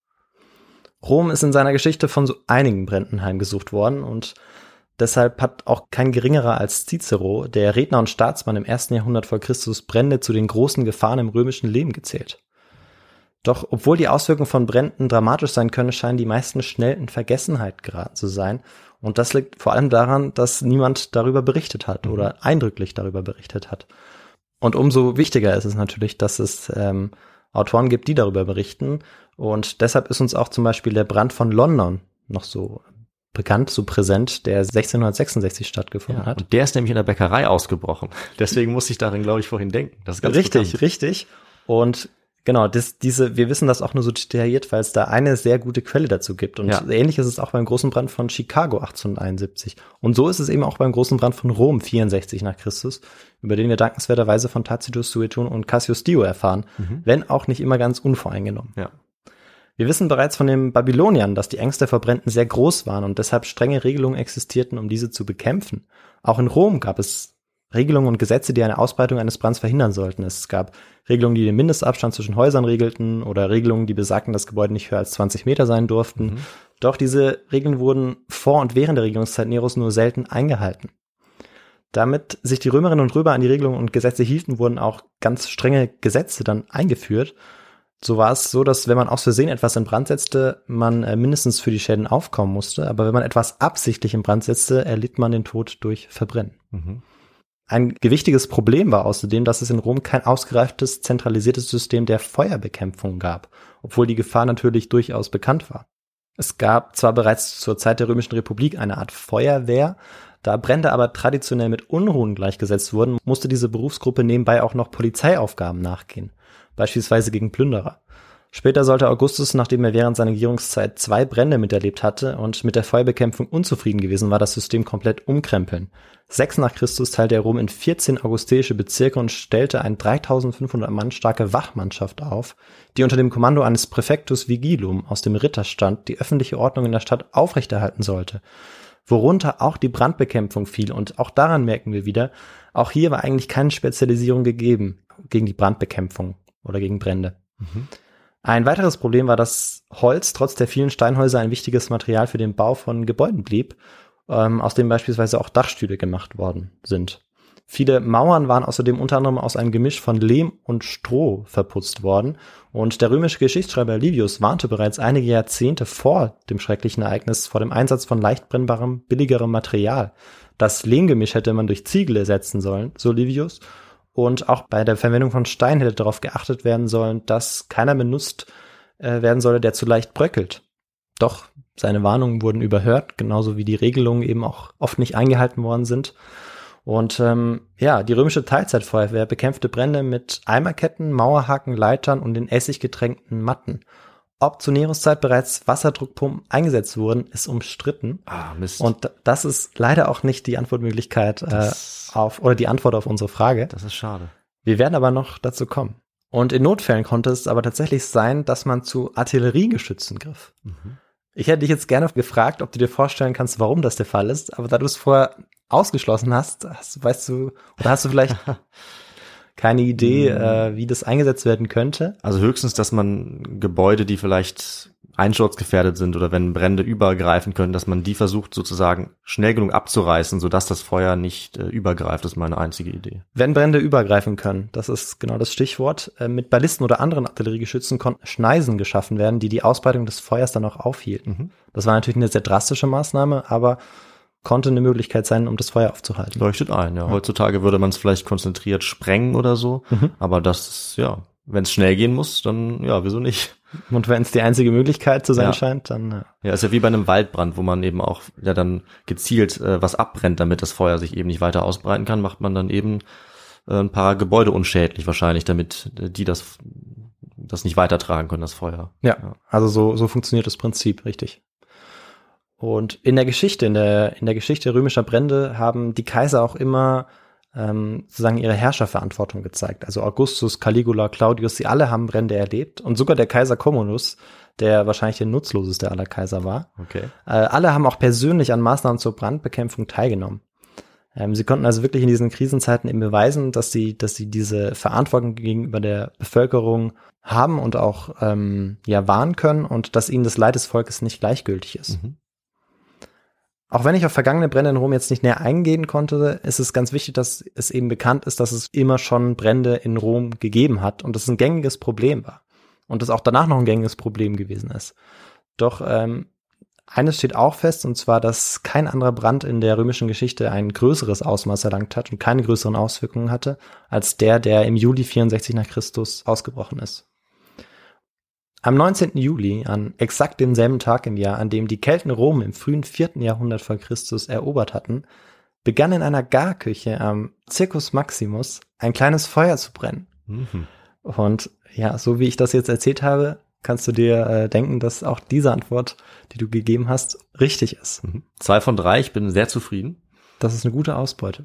S5: Rom ist in seiner Geschichte von so einigen Bränden heimgesucht worden und deshalb hat auch kein geringerer als Cicero, der Redner und Staatsmann im ersten Jahrhundert vor Christus, Brände zu den großen Gefahren im römischen Leben gezählt. Doch obwohl die Auswirkungen von Bränden dramatisch sein können, scheinen die meisten schnell in Vergessenheit geraten zu sein. Und das liegt vor allem daran, dass niemand darüber berichtet hat
S4: Mhm.
S5: oder eindrücklich darüber berichtet hat. Und umso wichtiger ist es natürlich, dass es ähm, Autoren gibt, die darüber berichten. Und deshalb ist uns auch zum Beispiel der Brand von London noch so bekannt, so präsent, der sechzehnhundertsechsundsechzig stattgefunden
S4: Ja,
S5: hat.
S4: und der ist nämlich in der Bäckerei ausgebrochen. Deswegen musste ich darin, glaube ich, vorhin denken. Das ist ganz
S5: Richtig,
S4: bekannt.
S5: richtig. Und genau, das, diese, wir wissen das auch nur so detailliert, weil es da eine sehr gute Quelle dazu gibt. Und
S4: Ja.
S5: ähnlich ist es auch beim großen Brand von Chicago achtzehnhunderteinundsiebzig. Und so ist es eben auch beim großen Brand von Rom vierundsechzig nach Christus, über den wir dankenswerterweise von Tacitus, Sueton und Cassius Dio erfahren,
S4: Mhm.
S5: wenn auch nicht immer ganz unvoreingenommen.
S4: Ja.
S5: Wir wissen bereits von den Babyloniern, dass die Ängste vor Bränden sehr groß waren und deshalb strenge Regelungen existierten, um diese zu bekämpfen. Auch in Rom gab es Regelungen und Gesetze, die eine Ausbreitung eines Brands verhindern sollten. Es gab Regelungen, die den Mindestabstand zwischen Häusern regelten oder Regelungen, die besagten, dass Gebäude nicht höher als zwanzig Meter sein durften.
S4: Mhm.
S5: Doch diese Regeln wurden vor und während der Regierungszeit Neros nur selten eingehalten. Damit sich die Römerinnen und Römer an die Regelungen und Gesetze hielten, wurden auch ganz strenge Gesetze dann eingeführt. So war es so, dass wenn man aus Versehen etwas in Brand setzte, man äh, mindestens für die Schäden aufkommen musste. Aber wenn man etwas absichtlich in Brand setzte, erlitt man den Tod durch Verbrennen.
S4: Mhm.
S5: Ein gewichtiges Problem war außerdem, dass es in Rom kein ausgereiftes, zentralisiertes System der Feuerbekämpfung gab, obwohl die Gefahr natürlich durchaus bekannt war. Es gab zwar bereits zur Zeit der Römischen Republik eine Art Feuerwehr, da Brände aber traditionell mit Unruhen gleichgesetzt wurden, musste diese Berufsgruppe nebenbei auch noch Polizeiaufgaben nachgehen, beispielsweise gegen Plünderer. Später sollte Augustus, nachdem er während seiner Regierungszeit zwei Brände miterlebt hatte und mit der Feuerbekämpfung unzufrieden gewesen war, das System komplett umkrempeln. Sechs nach Christus teilte er Rom in vierzehn augusteische Bezirke und stellte eine dreitausendfünfhundert Mann starke Wachmannschaft auf, die unter dem Kommando eines Praefectus Vigilum aus dem Ritterstand die öffentliche Ordnung in der Stadt aufrechterhalten sollte, worunter auch die Brandbekämpfung fiel. Und auch daran merken wir wieder, auch hier war eigentlich keine Spezialisierung gegeben gegen die Brandbekämpfung oder gegen Brände.
S4: Mhm.
S5: Ein weiteres Problem war, dass Holz trotz der vielen Steinhäuser ein wichtiges Material für den Bau von Gebäuden blieb, ähm, aus dem beispielsweise auch Dachstühle gemacht worden sind. Viele Mauern waren außerdem unter anderem aus einem Gemisch von Lehm und Stroh verputzt worden und der römische Geschichtsschreiber Livius warnte bereits einige Jahrzehnte vor dem schrecklichen Ereignis vor dem Einsatz von leicht brennbarem, billigerem Material. Das Lehmgemisch hätte man durch Ziegel ersetzen sollen, so Livius. Und auch bei der Verwendung von Stein hätte darauf geachtet werden sollen, dass keiner benutzt äh, werden solle, der zu leicht bröckelt. Doch seine Warnungen wurden überhört, genauso wie die Regelungen eben auch oft nicht eingehalten worden sind. Und ähm, ja, die römische Teilzeitfeuerwehr bekämpfte Brände mit Eimerketten, Mauerhaken, Leitern und den essiggetränkten Matten. Ob zu Neros Zeit bereits Wasserdruckpumpen eingesetzt wurden, ist umstritten.
S4: Ah, Mist.
S5: Und das ist leider auch nicht die Antwortmöglichkeit äh, auf oder die Antwort auf unsere Frage.
S4: Das ist schade.
S5: Wir werden aber noch dazu kommen. Und in Notfällen konnte es aber tatsächlich sein, dass man zu Artilleriegeschützen griff.
S4: Mhm.
S5: Ich hätte dich jetzt gerne gefragt, ob du dir vorstellen kannst, warum das der Fall ist, aber da du es vorher ausgeschlossen hast, hast weißt du, oder hast du vielleicht keine Idee, äh, wie das eingesetzt werden könnte?
S4: Also höchstens, dass man Gebäude, die vielleicht einsturzgefährdet sind oder wenn Brände übergreifen können, dass man die versucht sozusagen schnell genug abzureißen, sodass das Feuer nicht äh, übergreift, ist meine einzige Idee.
S5: Wenn Brände übergreifen können, das ist genau das Stichwort. Äh, mit Ballisten oder anderen Artilleriegeschützen konnten Schneisen geschaffen werden, die die Ausbreitung des Feuers dann auch aufhielten. Mhm. Das war natürlich eine sehr drastische Maßnahme, aber konnte eine Möglichkeit sein, um das Feuer aufzuhalten.
S4: Leuchtet ein, ja. ja. Heutzutage würde man es vielleicht konzentriert sprengen oder so, mhm. aber das ist, ja, wenn es schnell gehen muss, dann, ja, wieso nicht?
S5: Und wenn es die einzige Möglichkeit zu sein
S4: ja.
S5: scheint, dann... Ja.
S4: ja, ist ja wie bei einem Waldbrand, wo man eben auch ja dann gezielt äh, was abbrennt, damit das Feuer sich eben nicht weiter ausbreiten kann, macht man dann eben äh, ein paar Gebäude unschädlich wahrscheinlich, damit äh, die das das nicht weitertragen können, das Feuer.
S5: Ja, ja. also so so funktioniert das Prinzip, richtig. Und in der Geschichte, in der in der Geschichte römischer Brände haben die Kaiser auch immer ähm, sozusagen ihre Herrscherverantwortung gezeigt. Also Augustus, Caligula, Claudius, sie alle haben Brände erlebt und sogar der Kaiser Commodus, der wahrscheinlich der nutzloseste aller Kaiser war.
S4: Okay.
S5: Äh, alle haben auch persönlich an Maßnahmen zur Brandbekämpfung teilgenommen. Ähm, sie konnten also wirklich in diesen Krisenzeiten eben beweisen, dass sie, dass sie diese Verantwortung gegenüber der Bevölkerung haben und auch ähm, ja wahren können und dass ihnen das Leid des Volkes nicht gleichgültig ist. Mhm. Auch wenn ich auf vergangene Brände in Rom jetzt nicht näher eingehen konnte, ist es ganz wichtig, dass es eben bekannt ist, dass es immer schon Brände in Rom gegeben hat und das ein gängiges Problem war und das auch danach noch ein gängiges Problem gewesen ist. Doch ähm, eines steht auch fest, und zwar, dass kein anderer Brand in der römischen Geschichte ein größeres Ausmaß erlangt hat und keine größeren Auswirkungen hatte, als der, der im Juli vierundsechzig nach Christus ausgebrochen ist. Am neunzehnten Juli, an exakt demselben Tag im Jahr, an dem die Kelten Rom im frühen vierten Jahrhundert vor Christus erobert hatten, begann in einer Garküche am Circus Maximus ein kleines Feuer zu brennen. Mhm. Und ja, so wie ich das jetzt erzählt habe, kannst du dir äh, denken, dass auch diese Antwort, die du gegeben hast, richtig ist.
S4: Mhm. Zwei von drei, ich bin sehr zufrieden.
S5: Das ist eine gute Ausbeute.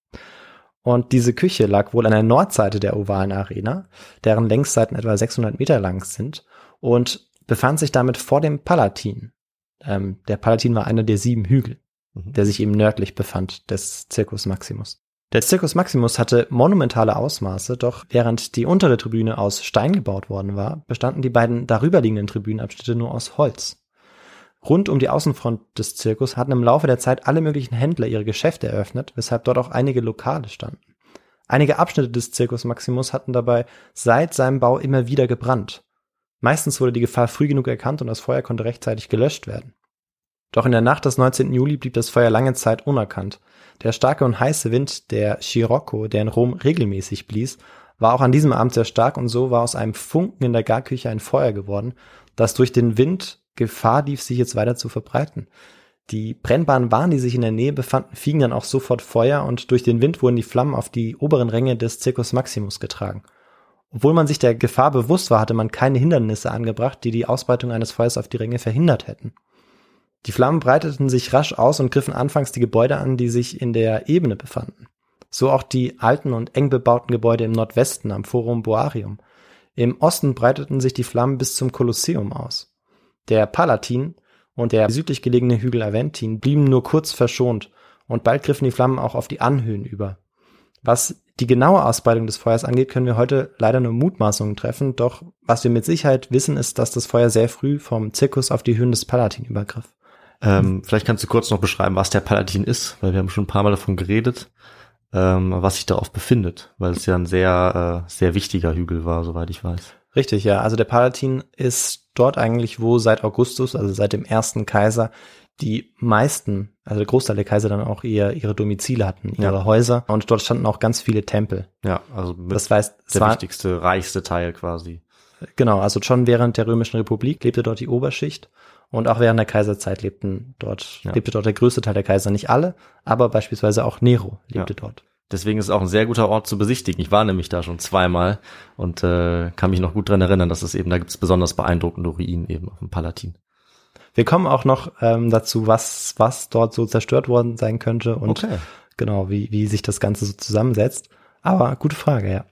S5: Und diese Küche lag wohl an der Nordseite der ovalen Arena, deren Längsseiten etwa sechshundert Meter lang sind, und befand sich damit vor dem Palatin. Ähm, der Palatin war einer der sieben Hügel, mhm. der sich eben nördlich befand des Circus Maximus. Der Circus Maximus hatte monumentale Ausmaße, doch während die untere Tribüne aus Stein gebaut worden war, bestanden die beiden darüberliegenden Tribünenabschnitte nur aus Holz. Rund um die Außenfront des Zirkus hatten im Laufe der Zeit alle möglichen Händler ihre Geschäfte eröffnet, weshalb dort auch einige Lokale standen. Einige Abschnitte des Circus Maximus hatten dabei seit seinem Bau immer wieder gebrannt. Meistens wurde die Gefahr früh genug erkannt und das Feuer konnte rechtzeitig gelöscht werden. Doch in der Nacht des neunzehnten Juli blieb das Feuer lange Zeit unerkannt. Der starke und heiße Wind, der Scirocco, der in Rom regelmäßig blies, war auch an diesem Abend sehr stark und so war aus einem Funken in der Garküche ein Feuer geworden, das durch den Wind Gefahr lief, sich jetzt weiter zu verbreiten. Die brennbaren Waren, die sich in der Nähe befanden, fingen dann auch sofort Feuer und durch den Wind wurden die Flammen auf die oberen Ränge des Circus Maximus getragen. Obwohl man sich der Gefahr bewusst war, hatte man keine Hindernisse angebracht, die die Ausbreitung eines Feuers auf die Ränge verhindert hätten. Die Flammen breiteten sich rasch aus und griffen anfangs die Gebäude an, die sich in der Ebene befanden. So auch die alten und eng bebauten Gebäude im Nordwesten am Forum Boarium. Im Osten breiteten sich die Flammen bis zum Kolosseum aus. Der Palatin und der südlich gelegene Hügel Aventin blieben nur kurz verschont und bald griffen die Flammen auch auf die Anhöhen über. Was die genaue Ausbreitung des Feuers angeht, können wir heute leider nur Mutmaßungen treffen, doch was wir mit Sicherheit wissen, ist, dass das Feuer sehr früh vom Zirkus auf die Höhen des Palatin übergriff.
S4: Ähm, vielleicht kannst du kurz noch beschreiben, was der Palatin ist, weil wir haben schon ein paar Mal davon geredet, ähm, was sich darauf befindet, weil es ja ein sehr, äh, sehr wichtiger Hügel war, soweit ich weiß.
S5: Richtig, ja. Also der Palatin ist dort eigentlich, wo seit Augustus, also seit dem ersten Kaiser, die meisten, also der Großteil der Kaiser dann auch ihr, ihre Domizile hatten, ihre ja. Häuser. Und dort standen auch ganz viele Tempel.
S4: Ja, also mit
S5: das heißt,
S4: der
S5: war,
S4: wichtigste, reichste Teil quasi.
S5: Genau, also schon während der Römischen Republik lebte dort die Oberschicht. Und auch während der Kaiserzeit lebten dort, ja. lebte dort der größte Teil der Kaiser, nicht alle, aber beispielsweise auch Nero lebte ja. dort.
S4: Deswegen ist es auch ein sehr guter Ort zu besichtigen. Ich war nämlich da schon zweimal und äh, kann mich noch gut dran erinnern, dass es eben, da gibt es besonders beeindruckende Ruinen eben auf dem Palatin.
S5: Wir kommen auch noch ähm, dazu, was was dort so zerstört worden sein könnte und okay. genau, wie wie sich das Ganze so zusammensetzt. Aber gute Frage, ja.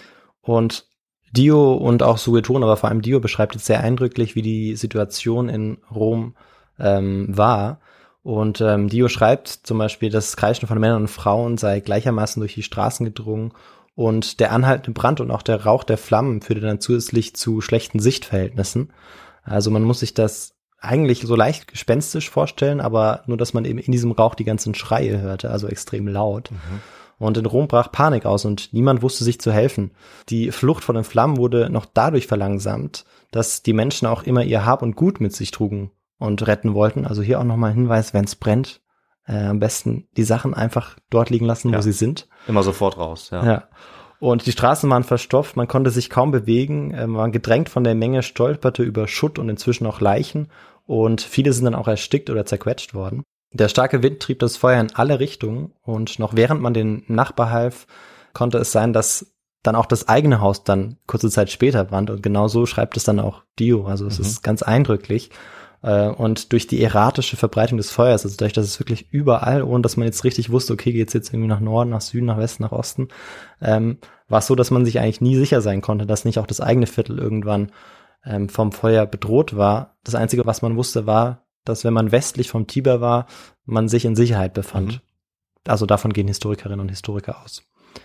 S5: Und Dio und auch Sueton, aber vor allem Dio beschreibt jetzt sehr eindrücklich, wie die Situation in Rom ähm, war. Und ähm, Dio schreibt zum Beispiel, das Kreischen von Männern und Frauen sei gleichermaßen durch die Straßen gedrungen und der anhaltende Brand und auch der Rauch der Flammen führte dann zusätzlich zu schlechten Sichtverhältnissen. Also man muss sich das eigentlich so leicht gespenstisch vorstellen, aber nur, dass man eben in diesem Rauch die ganzen Schreie hörte, also extrem laut. Mhm. Und in Rom brach Panik aus und niemand wusste sich zu helfen. Die Flucht von den Flammen wurde noch dadurch verlangsamt, dass die Menschen auch immer ihr Hab und Gut mit sich trugen und retten wollten. Also hier auch nochmal ein Hinweis, wenn es brennt, äh, am besten die Sachen einfach dort liegen lassen, ja. wo sie sind.
S4: Immer sofort raus, ja.
S5: Ja. Und die Straßen waren verstopft, man konnte sich kaum bewegen, äh, man war gedrängt von der Menge, stolperte über Schutt und inzwischen auch Leichen und viele sind dann auch erstickt oder zerquetscht worden. Der starke Wind trieb das Feuer in alle Richtungen und noch während man den Nachbar half, konnte es sein, dass dann auch das eigene Haus dann kurze Zeit später brannte und genau so schreibt es dann auch Dio, also es mhm. ist ganz eindrücklich. Und durch die erratische Verbreitung des Feuers, also dadurch, dass es wirklich überall, ohne dass man jetzt richtig wusste, okay, geht's jetzt irgendwie nach Norden, nach Süden, nach Westen, nach Osten, ähm, war es so, dass man sich eigentlich nie sicher sein konnte, dass nicht auch das eigene Viertel irgendwann ähm, vom Feuer bedroht war. Das Einzige, was man wusste, war, dass wenn man westlich vom Tiber war, man sich in Sicherheit befand. Mhm. Also davon gehen Historikerinnen und Historiker aus.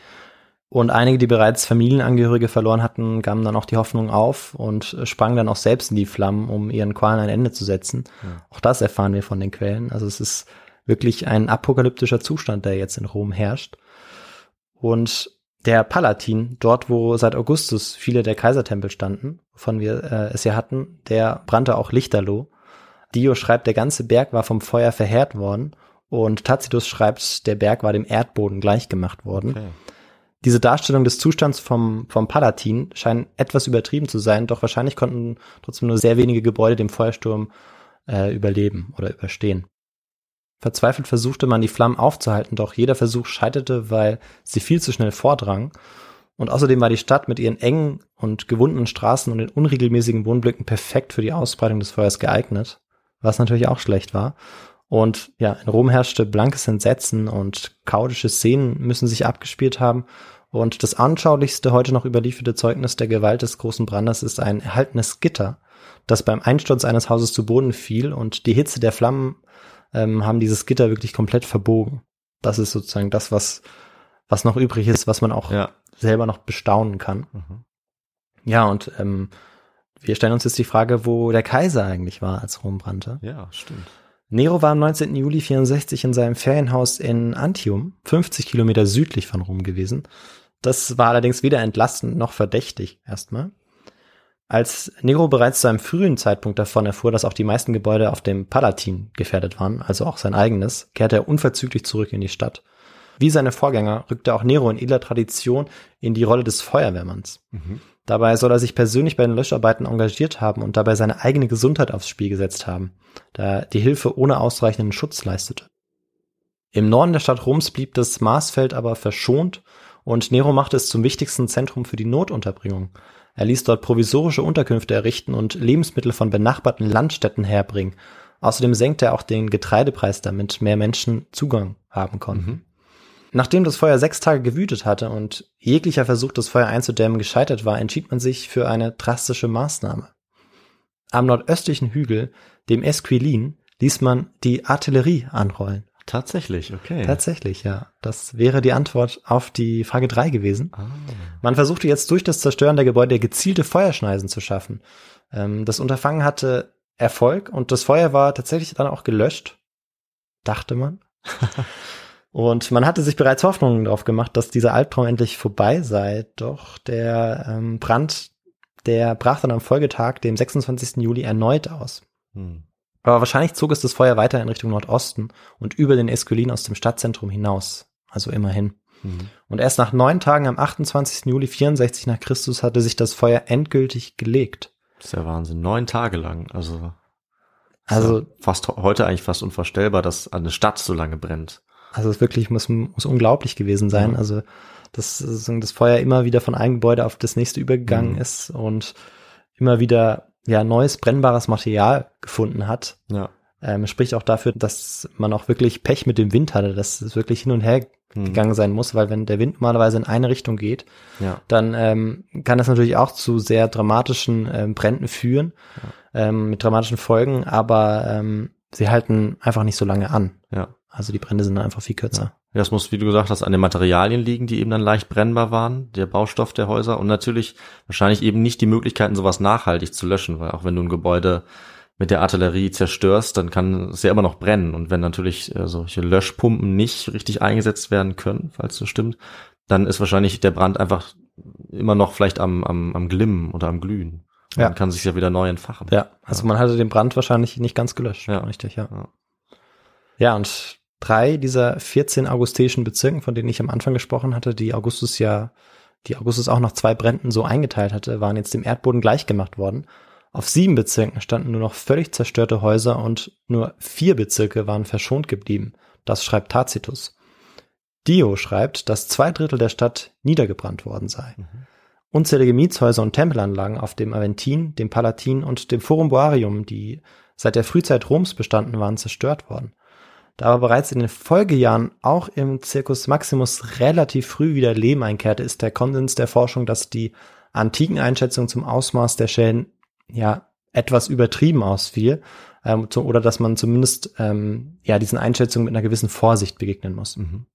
S5: Und einige, die bereits Familienangehörige verloren hatten, gaben dann auch die Hoffnung auf und sprangen dann auch selbst in die Flammen, um ihren Qualen ein Ende zu setzen. Ja. Auch das erfahren wir von den Quellen. Also es ist wirklich ein apokalyptischer Zustand, der jetzt in Rom herrscht. Und der Palatin, dort wo seit Augustus viele der Kaisertempel standen, wovon wir äh, es ja hatten, der brannte auch lichterloh. Dio schreibt, der ganze Berg war vom Feuer verheert worden und Tacitus schreibt, der Berg war dem Erdboden gleichgemacht worden. Okay. Diese Darstellung des Zustands vom, vom Palatin scheint etwas übertrieben zu sein, doch wahrscheinlich konnten trotzdem nur sehr wenige Gebäude dem Feuersturm äh, überleben oder überstehen. Verzweifelt versuchte man, die Flammen aufzuhalten, doch jeder Versuch scheiterte, weil sie viel zu schnell vordrangen. Und außerdem war die Stadt mit ihren engen und gewundenen Straßen und den unregelmäßigen Wohnblöcken perfekt für die Ausbreitung des Feuers geeignet, was natürlich auch schlecht war. Und ja, in Rom herrschte blankes Entsetzen und chaotische Szenen müssen sich abgespielt haben. Und das anschaulichste heute noch überlieferte Zeugnis der Gewalt des großen Brandes ist ein erhaltenes Gitter, das beim Einsturz eines Hauses zu Boden fiel und die Hitze der Flammen ähm, haben dieses Gitter wirklich komplett verbogen. Das ist sozusagen das, was was noch übrig ist, was man auch ja. selber noch bestaunen kann. Mhm. Ja, und ähm, wir stellen uns jetzt die Frage, wo der Kaiser eigentlich war, als Rom brannte.
S4: Ja, stimmt.
S5: Nero war am neunzehnten Juli vierundsechzig in seinem Ferienhaus in Antium, fünfzig Kilometer südlich von Rom gewesen. Das war allerdings weder entlastend noch verdächtig erstmal. Als Nero bereits zu einem frühen Zeitpunkt davon erfuhr, dass auch die meisten Gebäude auf dem Palatin gefährdet waren, also auch sein eigenes, kehrte er unverzüglich zurück in die Stadt. Wie seine Vorgänger rückte auch Nero in edler Tradition in die Rolle des Feuerwehrmanns. Mhm. Dabei soll er sich persönlich bei den Löscharbeiten engagiert haben und dabei seine eigene Gesundheit aufs Spiel gesetzt haben, da die Hilfe ohne ausreichenden Schutz leistete. Im Norden der Stadt Roms blieb das Marsfeld aber verschont und Nero machte es zum wichtigsten Zentrum für die Notunterbringung. Er ließ dort provisorische Unterkünfte errichten und Lebensmittel von benachbarten Landstädten herbringen. Außerdem senkte er auch den Getreidepreis, damit mehr Menschen Zugang haben konnten. Mhm. Nachdem das Feuer sechs Tage gewütet hatte und jeglicher Versuch, das Feuer einzudämmen, gescheitert war, entschied man sich für eine drastische Maßnahme. Am nordöstlichen Hügel, dem Esquilin, ließ man die Artillerie anrollen.
S4: Tatsächlich, okay.
S5: Tatsächlich, ja. Das wäre die Antwort auf die Frage drei gewesen. Ah. Man versuchte jetzt durch das Zerstören der Gebäude gezielte Feuerschneisen zu schaffen. Ähm, das Unterfangen hatte Erfolg und das Feuer war tatsächlich dann auch gelöscht, dachte man. Und man hatte sich bereits Hoffnungen darauf gemacht, dass dieser Albtraum endlich vorbei sei. Doch der ähm, Brand, der brach dann am Folgetag, dem sechsundzwanzigsten Juli, erneut aus. Hm. Aber wahrscheinlich zog es das Feuer weiter in Richtung Nordosten und über den Esquilin aus dem Stadtzentrum hinaus. Also immerhin. Hm. Und erst nach neun Tagen am achtundzwanzigsten Juli vierundsechzig nach Christus hatte sich das Feuer endgültig gelegt.
S4: Das ist ja Wahnsinn. Neun Tage lang. Also,
S5: also
S4: ja fast heute eigentlich fast unvorstellbar, dass eine Stadt so lange brennt.
S5: Also es wirklich muss, muss unglaublich gewesen sein. Mhm. Also dass das Feuer immer wieder von einem Gebäude auf das nächste übergegangen mhm. ist und immer wieder ja neues brennbares Material gefunden hat.
S4: Ja.
S5: Ähm, spricht auch dafür, dass man auch wirklich Pech mit dem Wind hatte, dass es wirklich hin und her mhm. gegangen sein muss, weil wenn der Wind normalerweise in eine Richtung geht,
S4: ja.
S5: dann ähm, kann das natürlich auch zu sehr dramatischen ähm, Bränden führen, ja. ähm, mit dramatischen Folgen, aber ähm, sie halten einfach nicht so lange an.
S4: Ja.
S6: Also die Brände sind dann einfach viel kürzer.
S4: Ja. Das muss, wie du gesagt hast, an den Materialien liegen, die eben dann leicht brennbar waren, der Baustoff der Häuser und natürlich wahrscheinlich eben nicht die Möglichkeiten, sowas nachhaltig zu löschen, weil auch wenn du ein Gebäude mit der Artillerie zerstörst, dann kann es ja immer noch brennen. Und wenn natürlich äh, solche Löschpumpen nicht richtig eingesetzt werden können, falls das stimmt, dann ist wahrscheinlich der Brand einfach immer noch vielleicht am, am, am Glimmen oder am Glühen. Und
S6: Ja.
S4: dann kann sich ja wieder neu entfachen.
S6: Ja, also man hatte den Brand wahrscheinlich nicht ganz gelöscht.
S4: Ja.
S6: Richtig, ja.
S4: Ja.
S6: Ja, und drei dieser vierzehn augusteischen Bezirken, von denen ich am Anfang gesprochen hatte, die Augustus ja, die Augustus auch nach zwei Bränden so eingeteilt hatte, waren jetzt dem Erdboden gleichgemacht worden. Auf sieben Bezirken standen nur noch völlig zerstörte Häuser und nur vier Bezirke waren verschont geblieben. Das schreibt Tacitus. Dio schreibt, dass zwei Drittel der Stadt niedergebrannt worden sei.
S4: Mhm.
S6: Unzählige Mietshäuser und Tempelanlagen auf dem Aventin, dem Palatin und dem Forum Boarium, die seit der Frühzeit Roms bestanden waren, zerstört worden. Da aber bereits in den Folgejahren auch im Circus Maximus relativ früh wieder Leben einkehrte, ist der Konsens der Forschung, dass die antiken Einschätzung zum Ausmaß der Schäden ja etwas übertrieben ausfiel, ähm, zu, oder dass man zumindest ähm, ja diesen Einschätzungen mit einer gewissen Vorsicht begegnen muss.
S4: Mhm.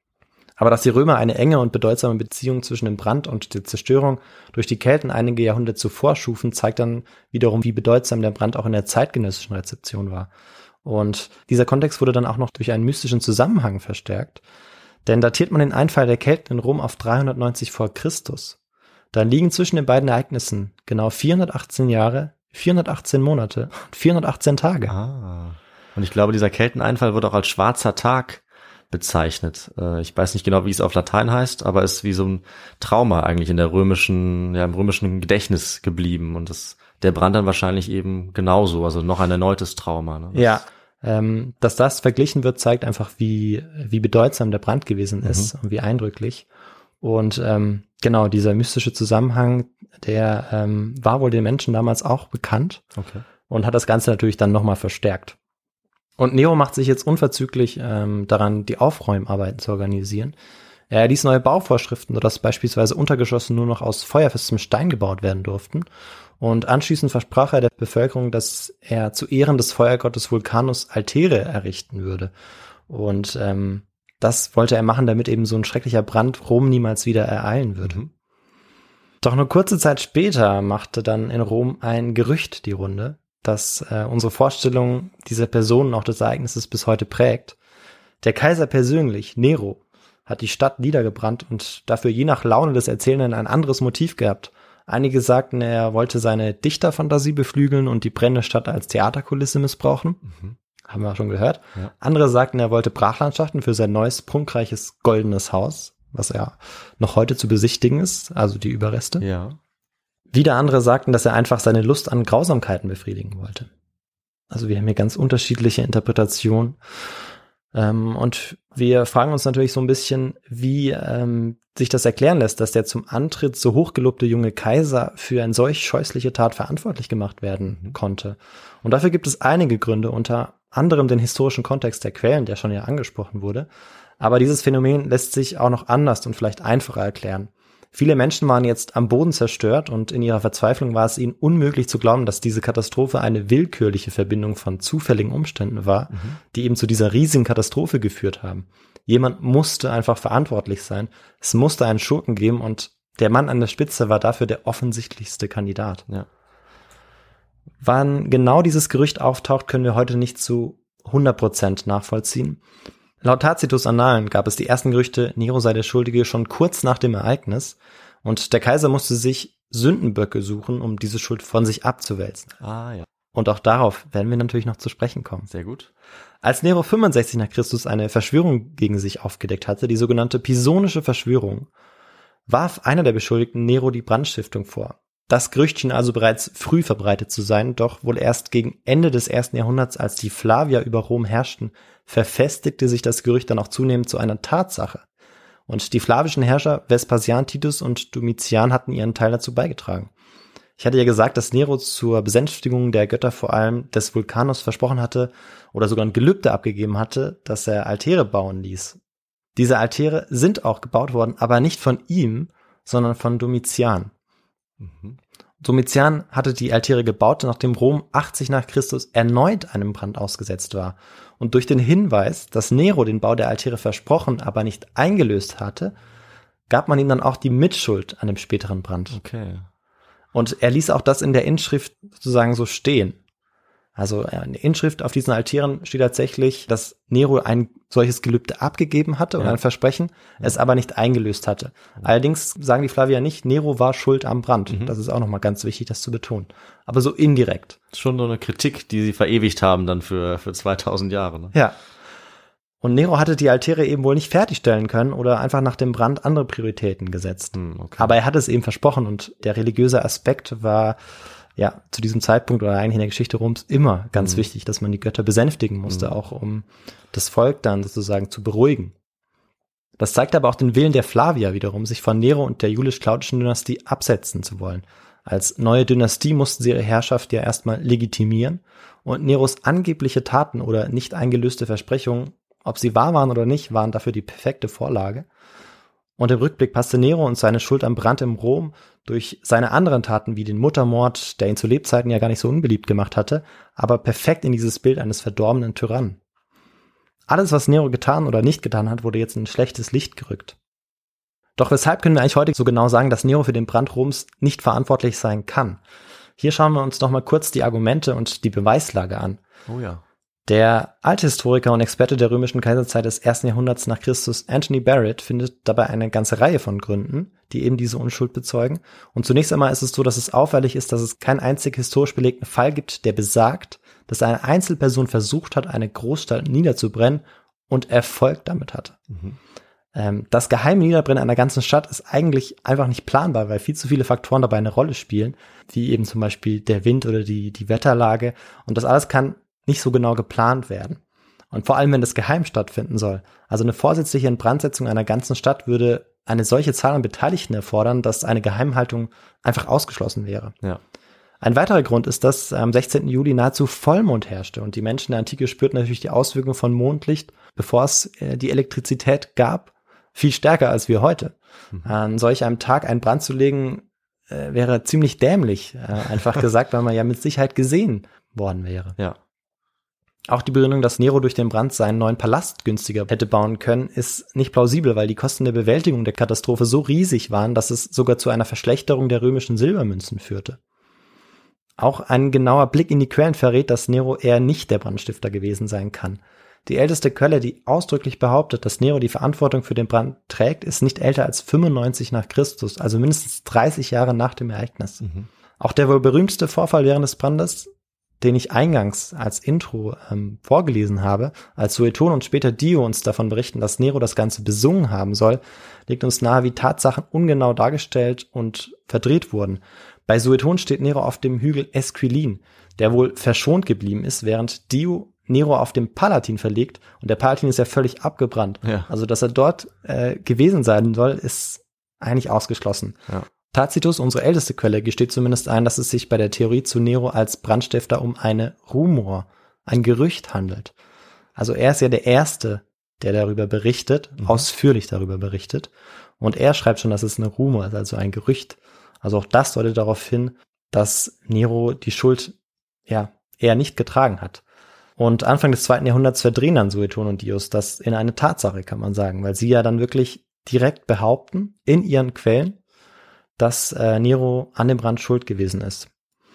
S6: Aber dass die Römer eine enge und bedeutsame Beziehung zwischen dem Brand und der Zerstörung durch die Kelten einige Jahrhunderte zuvor schufen, zeigt dann wiederum, wie bedeutsam der Brand auch in der zeitgenössischen Rezeption war. Und dieser Kontext wurde dann auch noch durch einen mystischen Zusammenhang verstärkt, denn datiert man den Einfall der Kelten in Rom auf dreihundertneunzig vor Christus. Dann liegen zwischen den beiden Ereignissen genau vierhundertachtzehn Jahre, vierhundertachtzehn Monate und vierhundertachtzehn Tage.
S4: Ah. Und ich glaube, dieser Kelteneinfall wird auch als schwarzer Tag bezeichnet. Ich weiß nicht genau, wie es auf Latein heißt, aber ist wie so ein Trauma eigentlich in der römischen, ja, im römischen Gedächtnis geblieben. Und das, der Brand dann wahrscheinlich eben genauso, also noch ein erneutes Trauma. Ne? Das
S6: Ja, ähm, dass das verglichen wird, zeigt einfach, wie, wie bedeutsam der Brand gewesen ist
S4: Mhm.
S6: und wie eindrücklich. Und ähm, genau, dieser mystische Zusammenhang, der ähm, war wohl den Menschen damals auch bekannt
S4: Okay.
S6: und hat das Ganze natürlich dann nochmal verstärkt. Und Nero macht sich jetzt unverzüglich ähm, daran, die Aufräumarbeiten zu organisieren. Er erließ neue Bauvorschriften, sodass beispielsweise Untergeschosse nur noch aus feuerfestem Stein gebaut werden durften. Und anschließend versprach er der Bevölkerung, dass er zu Ehren des Feuergottes Vulcanus Altäre errichten würde. Und ähm, das wollte er machen, damit eben so ein schrecklicher Brand Rom niemals wieder ereilen würde.
S4: Mhm.
S6: Doch nur kurze Zeit später machte dann in Rom ein Gerücht die Runde, das äh, unsere Vorstellung dieser Person und auch des Ereignisses bis heute prägt. Der Kaiser persönlich, Nero, hat die Stadt niedergebrannt und dafür je nach Laune des Erzählenden ein anderes Motiv gehabt. Einige sagten, er wollte seine Dichterfantasie beflügeln und die brennende Stadt als Theaterkulisse missbrauchen.
S4: Mhm.
S6: Haben wir auch schon gehört.
S4: Ja.
S6: Andere sagten, er wollte Brachlandschaften für sein neues, prunkreiches, goldenes Haus, was ja noch heute zu besichtigen ist, also die Überreste.
S4: Ja.
S6: Wieder andere sagten, dass er einfach seine Lust an Grausamkeiten befriedigen wollte. Also wir haben hier ganz unterschiedliche Interpretationen. Ähm, und wir fragen uns natürlich so ein bisschen, wie ähm, sich das erklären lässt, dass der zum Antritt so hochgelobte junge Kaiser für eine solch scheußliche Tat verantwortlich gemacht werden
S4: Mhm.
S6: konnte. Und dafür gibt es einige Gründe, unter anderem den historischen Kontext der Quellen, der schon ja angesprochen wurde. Aber dieses Phänomen lässt sich auch noch anders und vielleicht einfacher erklären. Viele Menschen waren jetzt am Boden zerstört und in ihrer Verzweiflung war es ihnen unmöglich zu glauben, dass diese Katastrophe eine willkürliche Verbindung von zufälligen Umständen war,
S4: Mhm.
S6: die eben zu dieser riesigen Katastrophe geführt haben. Jemand musste einfach verantwortlich sein. Es musste einen Schurken geben und der Mann an der Spitze war dafür der offensichtlichste Kandidat.
S4: Ja.
S6: Wann genau dieses Gerücht auftaucht, können wir heute nicht zu hundert Prozent nachvollziehen. Laut Tacitus Annalen gab es die ersten Gerüchte, Nero sei der Schuldige schon kurz nach dem Ereignis und der Kaiser musste sich Sündenböcke suchen, um diese Schuld von sich abzuwälzen.
S4: Ah, ja.
S6: Und auch darauf werden wir natürlich noch zu sprechen kommen.
S4: Sehr gut.
S6: Als Nero fünfundsechzig nach Christus eine Verschwörung gegen sich aufgedeckt hatte, die sogenannte Pisonische Verschwörung, warf einer der Beschuldigten Nero die Brandstiftung vor. Das Gerücht schien also bereits früh verbreitet zu sein, doch wohl erst gegen Ende des ersten Jahrhunderts, als die Flavier über Rom herrschten, verfestigte sich das Gerücht dann auch zunehmend zu einer Tatsache. Und die flavischen Herrscher Vespasian, Titus und Domitian hatten ihren Teil dazu beigetragen. Ich hatte ja gesagt, dass Nero zur Besänftigung der Götter vor allem des Vulcanus versprochen hatte oder sogar ein Gelübde abgegeben hatte, dass er Altäre bauen ließ. Diese Altäre sind auch gebaut worden, aber nicht von ihm, sondern von Domitian.
S4: Mhm.
S6: Domitian hatte die Altäre gebaut, nachdem Rom achtzig nach Christus erneut einem Brand ausgesetzt war. Und durch den Hinweis, dass Nero den Bau der Altäre versprochen, aber nicht eingelöst hatte, gab man ihm dann auch die Mitschuld an dem späteren Brand.
S4: Okay.
S6: Und er ließ auch das in der Inschrift sozusagen so stehen. Also in der Inschrift auf diesen Altären steht tatsächlich, dass Nero ein solches Gelübde abgegeben hatte, ja, oder ein Versprechen, es aber nicht eingelöst hatte. Allerdings sagen die Flavier nicht, Nero war schuld am Brand. Mhm. Das ist auch nochmal ganz wichtig, das zu betonen. Aber so indirekt.
S4: Schon so eine Kritik, die sie verewigt haben dann für, für zweitausend Jahre. Ne?
S6: Ja. Und Nero hatte die Altäre eben wohl nicht fertigstellen können oder einfach nach dem Brand andere Prioritäten gesetzt. Hm, okay. Aber er hat es eben versprochen und der religiöse Aspekt war ja zu diesem Zeitpunkt oder eigentlich in der Geschichte Roms immer ganz hm. wichtig, dass man die Götter besänftigen musste, hm. auch um das Volk dann sozusagen zu beruhigen. Das zeigt aber auch den Willen der Flavier wiederum, sich von Nero und der julisch-claudischen Dynastie absetzen zu wollen. Als neue Dynastie mussten sie ihre Herrschaft ja erstmal legitimieren und Neros angebliche Taten oder nicht eingelöste Versprechungen, ob sie wahr waren oder nicht, waren dafür die perfekte Vorlage. Und im Rückblick passte Nero und seine Schuld am Brand im Rom durch seine anderen Taten wie den Muttermord, der ihn zu Lebzeiten ja gar nicht so unbeliebt gemacht hatte, aber perfekt in dieses Bild eines verdorbenen Tyrannen. Alles, was Nero getan oder nicht getan hat, wurde jetzt in ein schlechtes Licht gerückt. Doch weshalb können wir eigentlich heute so genau sagen, dass Nero für den Brand Roms nicht verantwortlich sein kann? Hier schauen wir uns noch mal kurz die Argumente und die Beweislage an.
S4: Oh ja.
S6: Der alte Historiker und Experte der römischen Kaiserzeit des ersten Jahrhunderts nach Christus, Anthony Barrett, findet dabei eine ganze Reihe von Gründen, die eben diese Unschuld bezeugen. Und zunächst einmal ist es so, dass es auffällig ist, dass es keinen einzig historisch belegten Fall gibt, der besagt, dass eine Einzelperson versucht hat, eine Großstadt niederzubrennen und Erfolg damit hatte. Mhm. Ähm, das geheime Niederbrennen einer ganzen Stadt ist eigentlich einfach nicht planbar, weil viel zu viele Faktoren dabei eine Rolle spielen, wie eben zum Beispiel der Wind oder die, die Wetterlage. Und das alles kann nicht so genau geplant werden. Und vor allem, wenn das geheim stattfinden soll. Also eine vorsätzliche Inbrandsetzung einer ganzen Stadt würde eine solche Zahl an Beteiligten erfordern, dass eine Geheimhaltung einfach ausgeschlossen wäre.
S4: Ja.
S6: Ein weiterer Grund ist, dass am sechzehnten Juli nahezu Vollmond herrschte und die Menschen der Antike spürten natürlich die Auswirkungen von Mondlicht, bevor es äh, die Elektrizität gab, viel stärker als wir heute. Mhm. An solch einem Tag einen Brand zu legen, äh, wäre ziemlich dämlich, äh, einfach gesagt, weil man ja mit Sicherheit gesehen worden wäre.
S4: Ja.
S6: Auch die Begründung, dass Nero durch den Brand seinen neuen Palast günstiger hätte bauen können, ist nicht plausibel, weil die Kosten der Bewältigung der Katastrophe so riesig waren, dass es sogar zu einer Verschlechterung der römischen Silbermünzen führte. Auch ein genauer Blick in die Quellen verrät, dass Nero eher nicht der Brandstifter gewesen sein kann. Die älteste Quelle, die ausdrücklich behauptet, dass Nero die Verantwortung für den Brand trägt, ist nicht älter als fünfundneunzig nach Christus, also mindestens dreißig Jahre nach dem Ereignis. Mhm. Auch der wohl berühmteste Vorfall während des Brandes, den ich eingangs als Intro ähm, vorgelesen habe, als Sueton und später Dio uns davon berichten, dass Nero das Ganze besungen haben soll, legt uns nahe, wie Tatsachen ungenau dargestellt und verdreht wurden. Bei Sueton steht Nero auf dem Hügel Esquilin, der wohl verschont geblieben ist, während Dio Nero auf dem Palatin verlegt und der Palatin ist ja völlig abgebrannt. Ja. Also, dass er dort äh, gewesen sein soll, ist eigentlich ausgeschlossen. Ja. Tacitus, unsere älteste Quelle, gesteht zumindest ein, dass es sich bei der Theorie zu Nero als Brandstifter um eine Rumor, ein Gerücht handelt. Also er ist ja der Erste, der darüber berichtet, mhm. ausführlich darüber berichtet. Und er schreibt schon, dass es eine Rumor ist, also ein Gerücht. Also auch das deutet darauf hin, dass Nero die Schuld ja eher nicht getragen hat. Und Anfang des zweiten Jahrhunderts verdrehen dann Sueton und Dios das in eine Tatsache, kann man sagen, weil sie ja dann wirklich direkt behaupten, in ihren Quellen, dass äh, Nero an dem Brand schuld gewesen ist.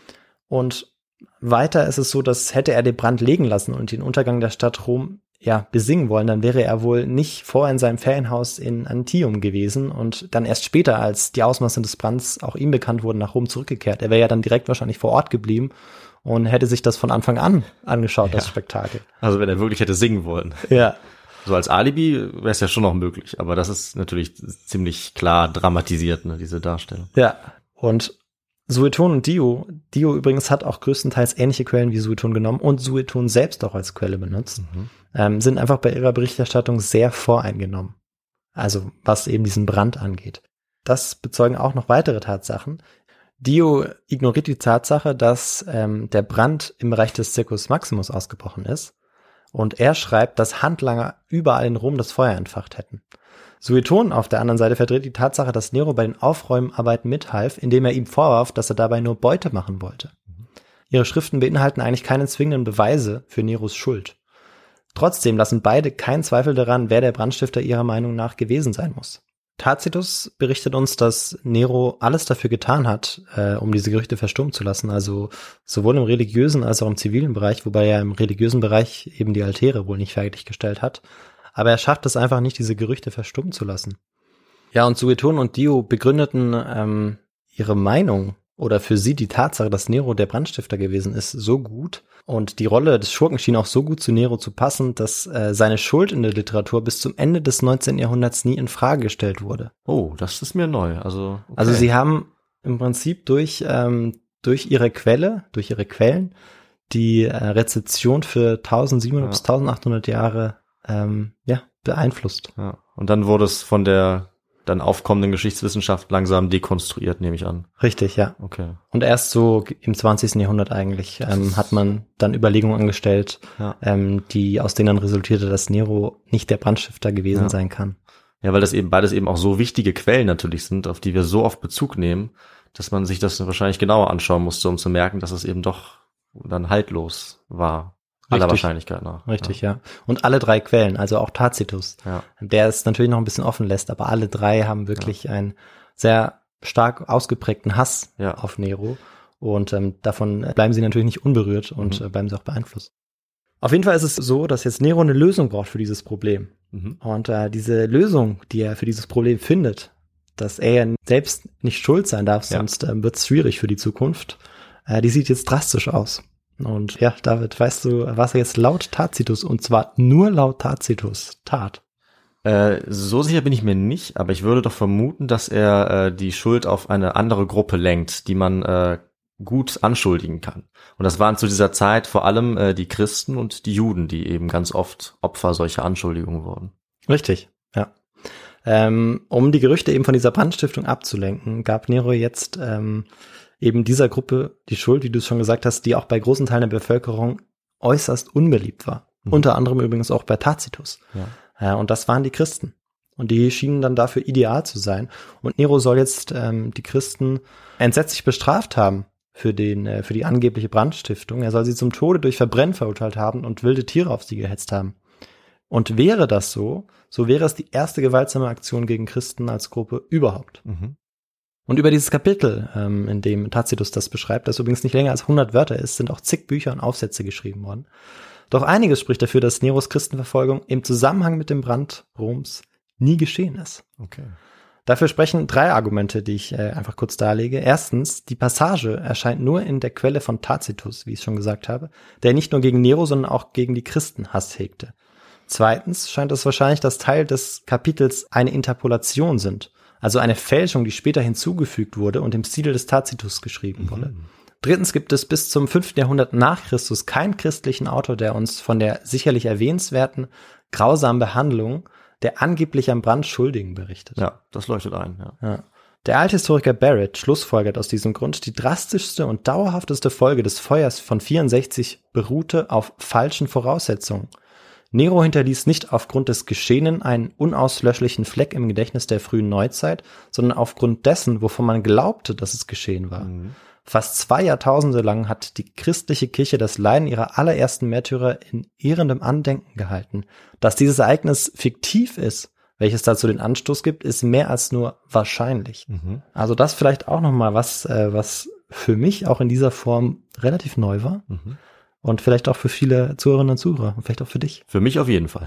S6: Und weiter ist es so, dass hätte er den Brand legen lassen und den Untergang der Stadt Rom ja besingen wollen, dann wäre er wohl nicht vorher in seinem Ferienhaus in Antium gewesen und dann erst später, als die Ausmaße des Brands auch ihm bekannt wurden, nach Rom zurückgekehrt. Er wäre ja dann direkt wahrscheinlich vor Ort geblieben und hätte sich das von Anfang an angeschaut, ja. Das Spektakel.
S4: Also wenn er wirklich hätte singen wollen.
S6: Ja.
S4: So als Alibi wäre es ja schon noch möglich, aber das ist natürlich ziemlich klar dramatisiert, ne, diese Darstellung.
S6: Ja, und Sueton und Dio, Dio übrigens hat auch größtenteils ähnliche Quellen wie Sueton genommen und Sueton selbst auch als Quelle benutzt, mhm. ähm, sind einfach bei ihrer Berichterstattung sehr voreingenommen. Also was eben diesen Brand angeht. Das bezeugen auch noch weitere Tatsachen. Dio ignoriert die Tatsache, dass ähm, der Brand im Bereich des Circus Maximus ausgebrochen ist. Und er schreibt, dass Handlanger überall in Rom das Feuer entfacht hätten. Sueton auf der anderen Seite vertritt die Tatsache, dass Nero bei den Aufräumarbeiten mithalf, indem er ihm vorwarf, dass er dabei nur Beute machen wollte. Ihre Schriften beinhalten eigentlich keine zwingenden Beweise für Neros Schuld. Trotzdem lassen beide keinen Zweifel daran, wer der Brandstifter ihrer Meinung nach gewesen sein muss. Tacitus berichtet uns, dass Nero alles dafür getan hat, äh, um diese Gerüchte verstummen zu lassen, also sowohl im religiösen als auch im zivilen Bereich, wobei er im religiösen Bereich eben die Altäre wohl nicht fertiggestellt hat. Aber er schafft es einfach nicht, diese Gerüchte verstummen zu lassen. Ja, und Sueton und Dio begründeten ähm, ihre Meinung oder für sie die Tatsache, dass Nero der Brandstifter gewesen ist, so gut und die Rolle des Schurken schien auch so gut zu Nero zu passen, dass äh, seine Schuld in der Literatur bis zum Ende des neunzehnten Jahrhunderts nie in Frage gestellt wurde.
S4: Oh, das ist mir neu. Also, okay.
S6: Also sie haben im Prinzip durch ähm, durch ihre Quelle, durch ihre Quellen die äh, Rezeption für eintausendsiebenhundert
S4: Ja.
S6: bis eintausendachthundert Jahre ähm, ja beeinflusst.
S4: Ja. Und dann wurde es von der dann aufkommenden Geschichtswissenschaft langsam dekonstruiert, nehme ich an.
S6: Richtig, ja.
S4: Okay.
S6: Und erst so im zwanzigsten Jahrhundert eigentlich ähm, hat man dann Überlegungen angestellt,
S4: Ja.
S6: ähm, die aus denen dann resultierte, dass Nero nicht der Brandstifter gewesen
S4: Ja.
S6: sein kann.
S4: Ja, weil das eben beides eben auch so wichtige Quellen natürlich sind, auf die wir so oft Bezug nehmen, dass man sich das wahrscheinlich genauer anschauen musste, um zu merken, dass es eben doch dann haltlos war. Aller
S6: Richtig.
S4: Wahrscheinlichkeit nach.
S6: Richtig, ja. Und alle drei Quellen, also auch Tacitus,
S4: Ja.
S6: der es natürlich noch ein bisschen offen lässt, aber alle drei haben wirklich einen sehr stark ausgeprägten Hass
S4: Ja.
S6: auf Nero und ähm, davon bleiben sie natürlich nicht unberührt und
S4: Mhm.
S6: äh, bleiben sie auch beeinflusst. Auf jeden Fall ist es so, dass jetzt Nero eine Lösung braucht für dieses Problem.
S4: Mhm.
S6: Und äh, diese Lösung, die er für dieses Problem findet, dass er ja selbst nicht schuld sein darf,
S4: Ja.
S6: sonst ähm, wird es schwierig für die Zukunft, äh, die sieht jetzt drastisch aus. Und ja, David, weißt du, was er jetzt laut Tacitus, und zwar nur laut Tacitus, tat?
S4: Äh, so sicher bin ich mir nicht, aber ich würde doch vermuten, dass er äh, die Schuld auf eine andere Gruppe lenkt, die man äh, gut anschuldigen kann. Und das waren zu dieser Zeit vor allem äh, die Christen und die Juden, die eben ganz oft Opfer solcher Anschuldigungen wurden.
S6: Richtig, ja. Ähm, um die Gerüchte eben von dieser Brandstiftung abzulenken, gab Nero jetzt ähm, eben dieser Gruppe die Schuld, wie du es schon gesagt hast, die auch bei großen Teilen der Bevölkerung äußerst unbeliebt war.
S4: Mhm.
S6: Unter anderem übrigens auch bei Tacitus.
S4: Ja.
S6: Äh, und das waren die Christen. Und die schienen dann dafür ideal zu sein. Und Nero soll jetzt ähm, die Christen entsetzlich bestraft haben für den äh, für die angebliche Brandstiftung. Er soll sie zum Tode durch Verbrennen verurteilt haben und wilde Tiere auf sie gehetzt haben. Und wäre das so, so wäre es die erste gewaltsame Aktion gegen Christen als Gruppe überhaupt.
S4: Mhm.
S6: Und über dieses Kapitel, ähm, in dem Tacitus das beschreibt, das übrigens nicht länger als hundert Wörter ist, sind auch zig Bücher und Aufsätze geschrieben worden. Doch einiges spricht dafür, dass Neros Christenverfolgung im Zusammenhang mit dem Brand Roms nie geschehen ist.
S4: Okay.
S6: Dafür sprechen drei Argumente, die ich äh, einfach kurz darlege. Erstens, die Passage erscheint nur in der Quelle von Tacitus, wie ich schon gesagt habe, der nicht nur gegen Nero, sondern auch gegen die Christen Hass hegte. Zweitens scheint es wahrscheinlich, dass Teil des Kapitels eine Interpolation sind, also eine Fälschung, die später hinzugefügt wurde und im Stile des Tacitus geschrieben wurde. Drittens gibt es bis zum fünften Jahrhundert nach Christus keinen christlichen Autor, der uns von der sicherlich erwähnenswerten, grausamen Behandlung der angeblich am Brand Schuldigen berichtet.
S4: Ja, das leuchtet ein, ja.
S6: Ja. Der Althistoriker Barrett schlussfolgert aus diesem Grund, die drastischste und dauerhafteste Folge des Feuers von vierundsechzig beruhte auf falschen Voraussetzungen. Nero hinterließ nicht aufgrund des Geschehenen einen unauslöschlichen Fleck im Gedächtnis der frühen Neuzeit, sondern aufgrund dessen, wovon man glaubte, dass es geschehen war.
S4: Mhm.
S6: Fast zwei Jahrtausende lang hat die christliche Kirche das Leiden ihrer allerersten Märtyrer in ehrendem Andenken gehalten. Dass dieses Ereignis fiktiv ist, welches dazu den Anstoß gibt, ist mehr als nur wahrscheinlich.
S4: Mhm.
S6: Also das vielleicht auch noch mal was, äh, was für mich auch in dieser Form relativ neu war.
S4: Mhm.
S6: Und vielleicht auch für viele Zuhörerinnen und Zuhörer und vielleicht auch für dich.
S4: Für mich auf jeden Fall.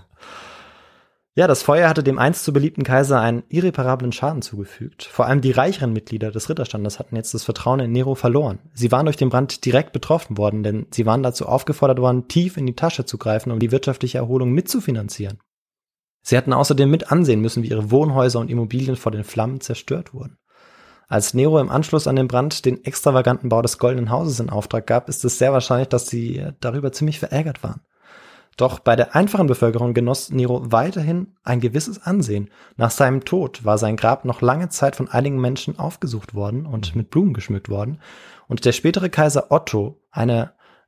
S6: Ja, das Feuer hatte dem einst so beliebten Kaiser einen irreparablen Schaden zugefügt. Vor allem die reicheren Mitglieder des Ritterstandes hatten jetzt das Vertrauen in Nero verloren. Sie waren durch den Brand direkt betroffen worden, denn sie waren dazu aufgefordert worden, tief in die Tasche zu greifen, um die wirtschaftliche Erholung mitzufinanzieren. Sie hatten außerdem mit ansehen müssen, wie ihre Wohnhäuser und Immobilien vor den Flammen zerstört wurden. Als Nero im Anschluss an den Brand den extravaganten Bau des Goldenen Hauses in Auftrag gab, ist es sehr wahrscheinlich, dass sie darüber ziemlich verärgert waren. Doch bei der einfachen Bevölkerung genoss Nero weiterhin ein gewisses Ansehen. Nach seinem Tod war sein Grab noch lange Zeit von einigen Menschen aufgesucht worden und mit Blumen geschmückt worden. Und der spätere Kaiser Otto, einer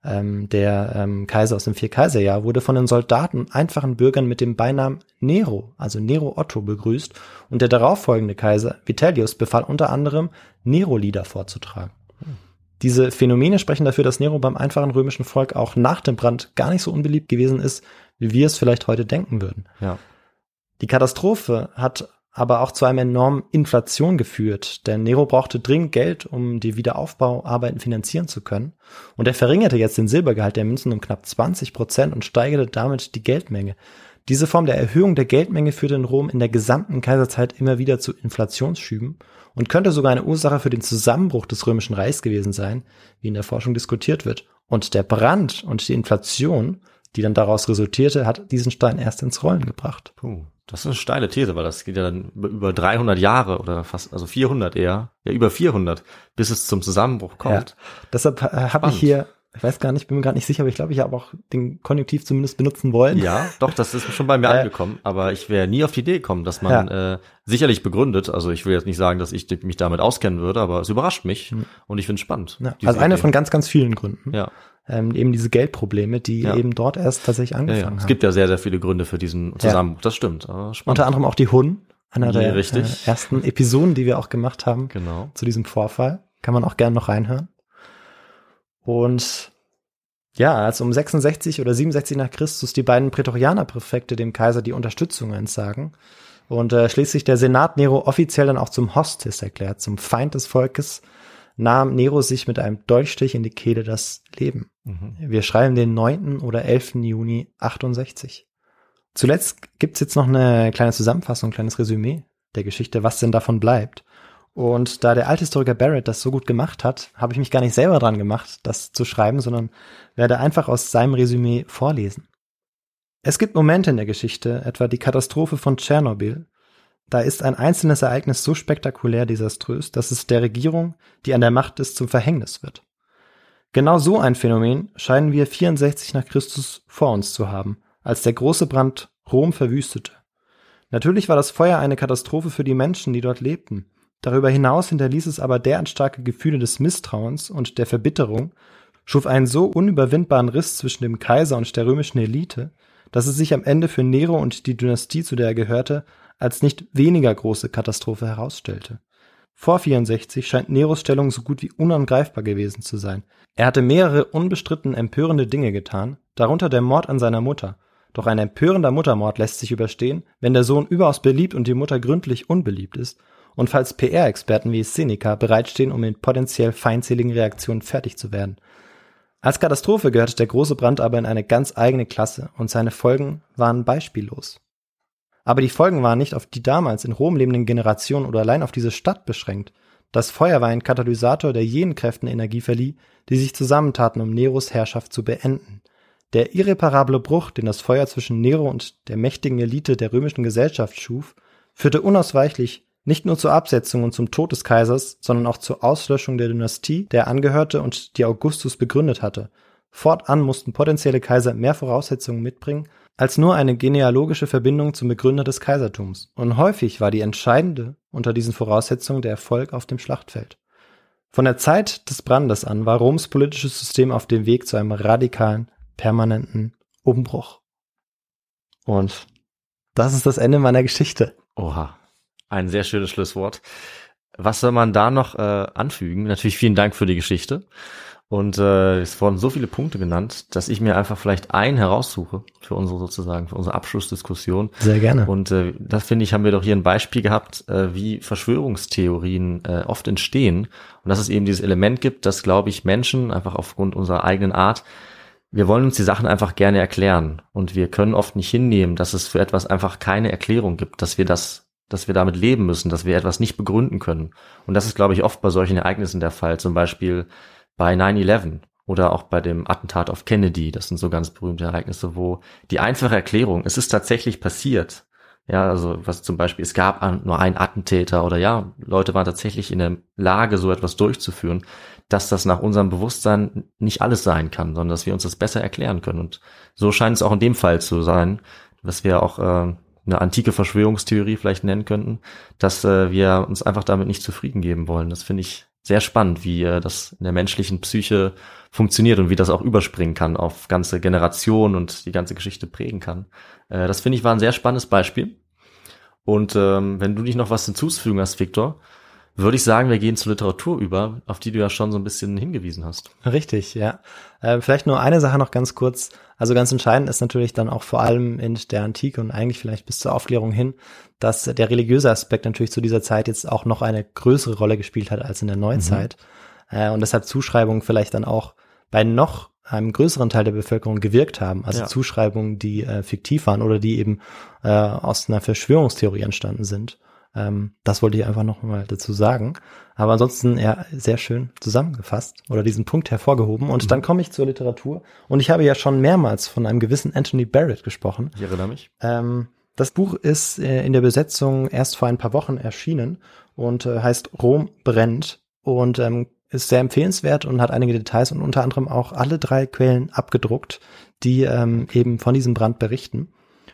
S6: ähm, der ähm, Kaiser aus dem Vierkaiserjahr, wurde von den Soldaten und einfachen Bürgern mit dem Beinamen Nero, also Nero Otto, begrüßt und der darauffolgende Kaiser Vitellius befahl unter anderem, Nero-Lieder vorzutragen. Hm. Diese Phänomene sprechen dafür, dass Nero beim einfachen römischen Volk auch nach dem Brand gar nicht so unbeliebt gewesen ist, wie wir es vielleicht heute denken würden.
S4: Ja.
S6: Die Katastrophe hat aber auch zu einer enormen Inflation geführt, denn Nero brauchte dringend Geld, um die Wiederaufbauarbeiten finanzieren zu können. Und er verringerte jetzt den Silbergehalt der Münzen um knapp zwanzig Prozent und steigerte damit die Geldmenge. Diese Form der Erhöhung der Geldmenge führte in Rom in der gesamten Kaiserzeit immer wieder zu Inflationsschüben und könnte sogar eine Ursache für den Zusammenbruch des Römischen Reichs gewesen sein, wie in der Forschung diskutiert wird. Und der Brand und die Inflation, die dann daraus resultierte, hat diesen Stein erst ins Rollen gebracht.
S4: Puh. Das ist eine steile These, weil das geht ja dann über dreihundert Jahre oder fast, also vierhundert eher, ja über vierhundert, bis es zum Zusammenbruch kommt.
S6: Ja, deshalb äh, habe ich hier, ich weiß gar nicht, bin mir gar nicht sicher, aber ich glaube, ich habe auch den Konjunktiv zumindest benutzen wollen.
S4: Ja, doch, das ist schon bei mir äh, angekommen, aber ich wäre nie auf die Idee gekommen, dass man ja. äh, sicherlich begründet, also ich will jetzt nicht sagen, dass ich mich damit auskennen würde, aber es überrascht mich mhm. und ich finde es spannend.
S6: Ja, also eine Idee. Von ganz, ganz vielen Gründen.
S4: Ja.
S6: Ähm, eben diese Geldprobleme, die ja. eben dort erst tatsächlich angefangen
S4: ja, ja.
S6: haben.
S4: Es gibt ja sehr, sehr viele Gründe für diesen Zusammenbruch, ja. das stimmt. Aber spannend.
S6: Unter anderem auch die Hun, einer
S4: ja,
S6: der
S4: äh,
S6: ersten Episoden, die wir auch gemacht haben
S4: genau.
S6: zu diesem Vorfall. Kann man auch gerne noch reinhören. Und ja, als um sechsundsechzig oder siebenundsechzig nach Christus die beiden Prätorianerpräfekte dem Kaiser die Unterstützung entsagen und äh, schließlich der Senat Nero offiziell dann auch zum Hostis erklärt, zum Feind des Volkes, nahm Nero sich mit einem Dolchstich in die Kehle das Leben. Mhm. Wir schreiben den neunten oder elften Juni achtundsechzig. Zuletzt gibt's jetzt noch eine kleine Zusammenfassung, ein kleines Resümee der Geschichte, was denn davon bleibt. Und da der Althistoriker Barrett das so gut gemacht hat, habe ich mich gar nicht selber dran gemacht, das zu schreiben, sondern werde einfach aus seinem Resümee vorlesen. Es gibt Momente in der Geschichte, etwa die Katastrophe von Tschernobyl. Da ist ein einzelnes Ereignis so spektakulär desaströs, dass es der Regierung, die an der Macht ist, zum Verhängnis wird. Genau so ein Phänomen scheinen wir vierundsechzig nach Christus vor uns zu haben, als der große Brand Rom verwüstete. Natürlich war das Feuer eine Katastrophe für die Menschen, die dort lebten. Darüber hinaus hinterließ es aber derart starke Gefühle des Misstrauens und der Verbitterung, schuf einen so unüberwindbaren Riss zwischen dem Kaiser und der römischen Elite, dass es sich am Ende für Nero und die Dynastie, zu der er gehörte, als nicht weniger große Katastrophe herausstellte. Vor vierundsechzig scheint Neros Stellung so gut wie unangreifbar gewesen zu sein. Er hatte mehrere unbestritten empörende Dinge getan, darunter der Mord an seiner Mutter. Doch ein empörender Muttermord lässt sich überstehen, wenn der Sohn überaus beliebt und die Mutter gründlich unbeliebt ist und falls P R-Experten wie Seneca bereitstehen, um mit potenziell feindseligen Reaktionen fertig zu werden. Als Katastrophe gehörte der große Brand aber in eine ganz eigene Klasse und seine Folgen waren beispiellos. Aber die Folgen waren nicht auf die damals in Rom lebenden Generationen oder allein auf diese Stadt beschränkt. Das Feuer war ein Katalysator, der jenen Kräften Energie verlieh, die sich zusammentaten, um Neros Herrschaft zu beenden. Der irreparable Bruch, den das Feuer zwischen Nero und der mächtigen Elite der römischen Gesellschaft schuf, führte unausweichlich nicht nur zur Absetzung und zum Tod des Kaisers, sondern auch zur Auslöschung der Dynastie, der er angehörte und die Augustus begründet hatte. Fortan mussten potenzielle Kaiser mehr Voraussetzungen mitbringen, als nur eine genealogische Verbindung zum Begründer des Kaisertums. Und häufig war die entscheidende unter diesen Voraussetzungen der Erfolg auf dem Schlachtfeld. Von der Zeit des Brandes an war Roms politisches System auf dem Weg zu einem radikalen, permanenten Umbruch. Und das ist das Ende meiner Geschichte.
S4: Oha, ein sehr schönes Schlusswort. Was soll man da noch äh, anfügen? Natürlich vielen Dank für die Geschichte. Und äh, es wurden so viele Punkte genannt, dass ich mir einfach vielleicht einen heraussuche für unsere sozusagen, für unsere Abschlussdiskussion.
S6: Sehr gerne.
S4: Und äh, das finde ich, haben wir doch hier ein Beispiel gehabt, äh, wie Verschwörungstheorien äh, oft entstehen. Und dass es eben dieses Element gibt, dass, glaube ich, Menschen einfach aufgrund unserer eigenen Art, wir wollen uns die Sachen einfach gerne erklären. Und wir können oft nicht hinnehmen, dass es für etwas einfach keine Erklärung gibt, dass wir das, dass wir damit leben müssen, dass wir etwas nicht begründen können. Und das ist, glaube ich, oft bei solchen Ereignissen der Fall. Zum Beispiel bei nine eleven oder auch bei dem Attentat auf Kennedy. Das sind so ganz berühmte Ereignisse, wo die einfache Erklärung, es ist tatsächlich passiert. Ja, also was zum Beispiel, es gab nur einen Attentäter oder ja, Leute waren tatsächlich in der Lage, so etwas durchzuführen, dass das nach unserem Bewusstsein nicht alles sein kann, sondern dass wir uns das besser erklären können. Und so scheint es auch in dem Fall zu sein, was wir auch äh, eine antike Verschwörungstheorie vielleicht nennen könnten, dass äh, wir uns einfach damit nicht zufrieden geben wollen. Das finde ich sehr spannend, wie äh, das in der menschlichen Psyche funktioniert und wie das auch überspringen kann auf ganze Generationen und die ganze Geschichte prägen kann. Äh, das finde ich war ein sehr spannendes Beispiel. Und ähm, wenn du nicht noch was hinzuzufügen hast, Viktor, würde ich sagen, wir gehen zur Literatur über, auf die du ja schon so ein bisschen hingewiesen hast.
S6: Richtig, ja. Äh, vielleicht nur eine Sache noch ganz kurz. Also ganz entscheidend ist natürlich dann auch vor allem in der Antike und eigentlich vielleicht bis zur Aufklärung hin, dass der religiöse Aspekt natürlich zu dieser Zeit jetzt auch noch eine größere Rolle gespielt hat als in der Neuzeit. Mhm. Äh, und deshalb Zuschreibungen vielleicht dann auch bei noch einem größeren Teil der Bevölkerung gewirkt haben. Also ja. Zuschreibungen, die äh, fiktiv waren oder die eben äh, aus einer Verschwörungstheorie entstanden sind. Ähm, das wollte ich einfach noch mal dazu sagen. Aber ansonsten ja sehr schön zusammengefasst oder diesen Punkt hervorgehoben. Und mhm. dann komme ich zur Literatur. Und ich habe ja schon mehrmals von einem gewissen Anthony Barrett gesprochen.
S4: Ich erinnere mich.
S6: Ähm, das Buch ist äh, in der Besetzung erst vor ein paar Wochen erschienen und äh, heißt Rom brennt und ähm, ist sehr empfehlenswert und hat einige Details und unter anderem auch alle drei Quellen abgedruckt, die ähm, eben von diesem Brand berichten.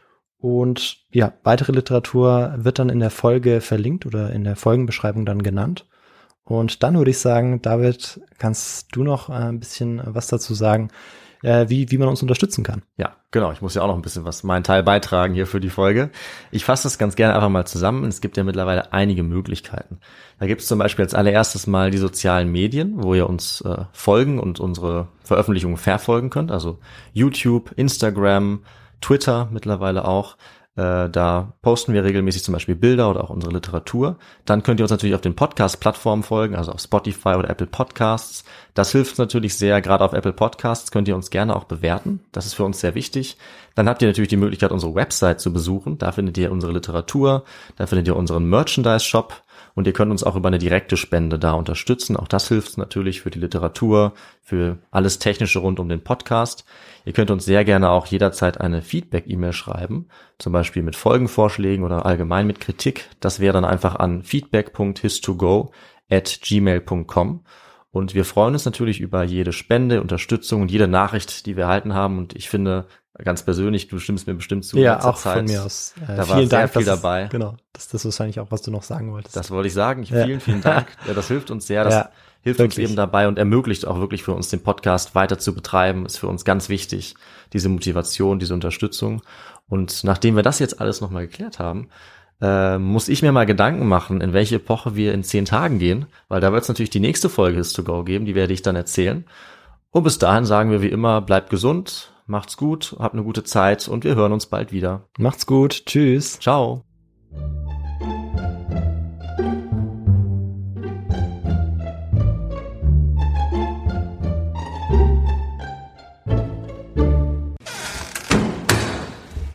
S6: Und ja, weitere Literatur wird dann in der Folge verlinkt oder in der Folgenbeschreibung dann genannt. Und dann würde ich sagen, David, kannst du noch ein bisschen was dazu sagen, äh, wie wie man uns unterstützen kann?
S4: Ja, genau. Ich muss ja auch noch ein bisschen was, meinen Teil beitragen hier für die Folge. Ich fasse das ganz gerne einfach mal zusammen. Es gibt ja mittlerweile einige Möglichkeiten. Da gibt es zum Beispiel als allererstes mal die sozialen Medien, wo ihr uns äh, folgen und unsere Veröffentlichungen verfolgen könnt. Also YouTube, Instagram, Twitter mittlerweile auch. Äh, da posten wir regelmäßig zum Beispiel Bilder oder auch unsere Literatur. Dann könnt ihr uns natürlich auf den Podcast-Plattformen folgen, also auf Spotify oder Apple Podcasts. Das hilft natürlich sehr, gerade auf Apple Podcasts könnt ihr uns gerne auch bewerten. Das ist für uns sehr wichtig. Dann habt ihr natürlich die Möglichkeit, unsere Website zu besuchen. Da findet ihr unsere Literatur, da findet ihr unseren Merchandise-Shop und ihr könnt uns auch über eine direkte Spende da unterstützen. Auch das hilft natürlich für die Literatur, für alles Technische rund um den Podcast. Ihr könnt uns sehr gerne auch jederzeit eine Feedback-E-Mail schreiben, zum Beispiel mit Folgenvorschlägen oder allgemein mit Kritik. Das wäre dann einfach an feedback punkt histogo at gmail punkt com. Und wir freuen uns natürlich über jede Spende, Unterstützung und jede Nachricht, die wir erhalten haben. Und ich finde, ganz persönlich, du stimmst mir bestimmt zu.
S6: Ja, auch Zeit. Von mir aus.
S4: Äh, da war sehr
S6: Dank,
S4: viel dabei.
S6: Ist, genau, das, das ist wahrscheinlich auch, was du noch sagen wolltest.
S4: Das wollte ich sagen. Ja. Vielen, vielen Dank. Ja, das hilft uns sehr. Das
S6: ja,
S4: hilft
S6: wirklich.
S4: uns eben dabei und ermöglicht auch wirklich für uns, den Podcast weiter zu betreiben. Ist für uns ganz wichtig, diese Motivation, diese Unterstützung. Und nachdem wir das jetzt alles nochmal geklärt haben, äh, muss ich mir mal Gedanken machen, in welche Epoche wir in zehn Tagen gehen, weil da wird es natürlich die nächste Folge His2Go geben, die werde ich dann erzählen. Und bis dahin sagen wir wie immer, bleibt gesund, macht's gut, habt eine gute Zeit und wir hören uns bald wieder.
S6: Macht's gut, tschüss.
S4: Ciao.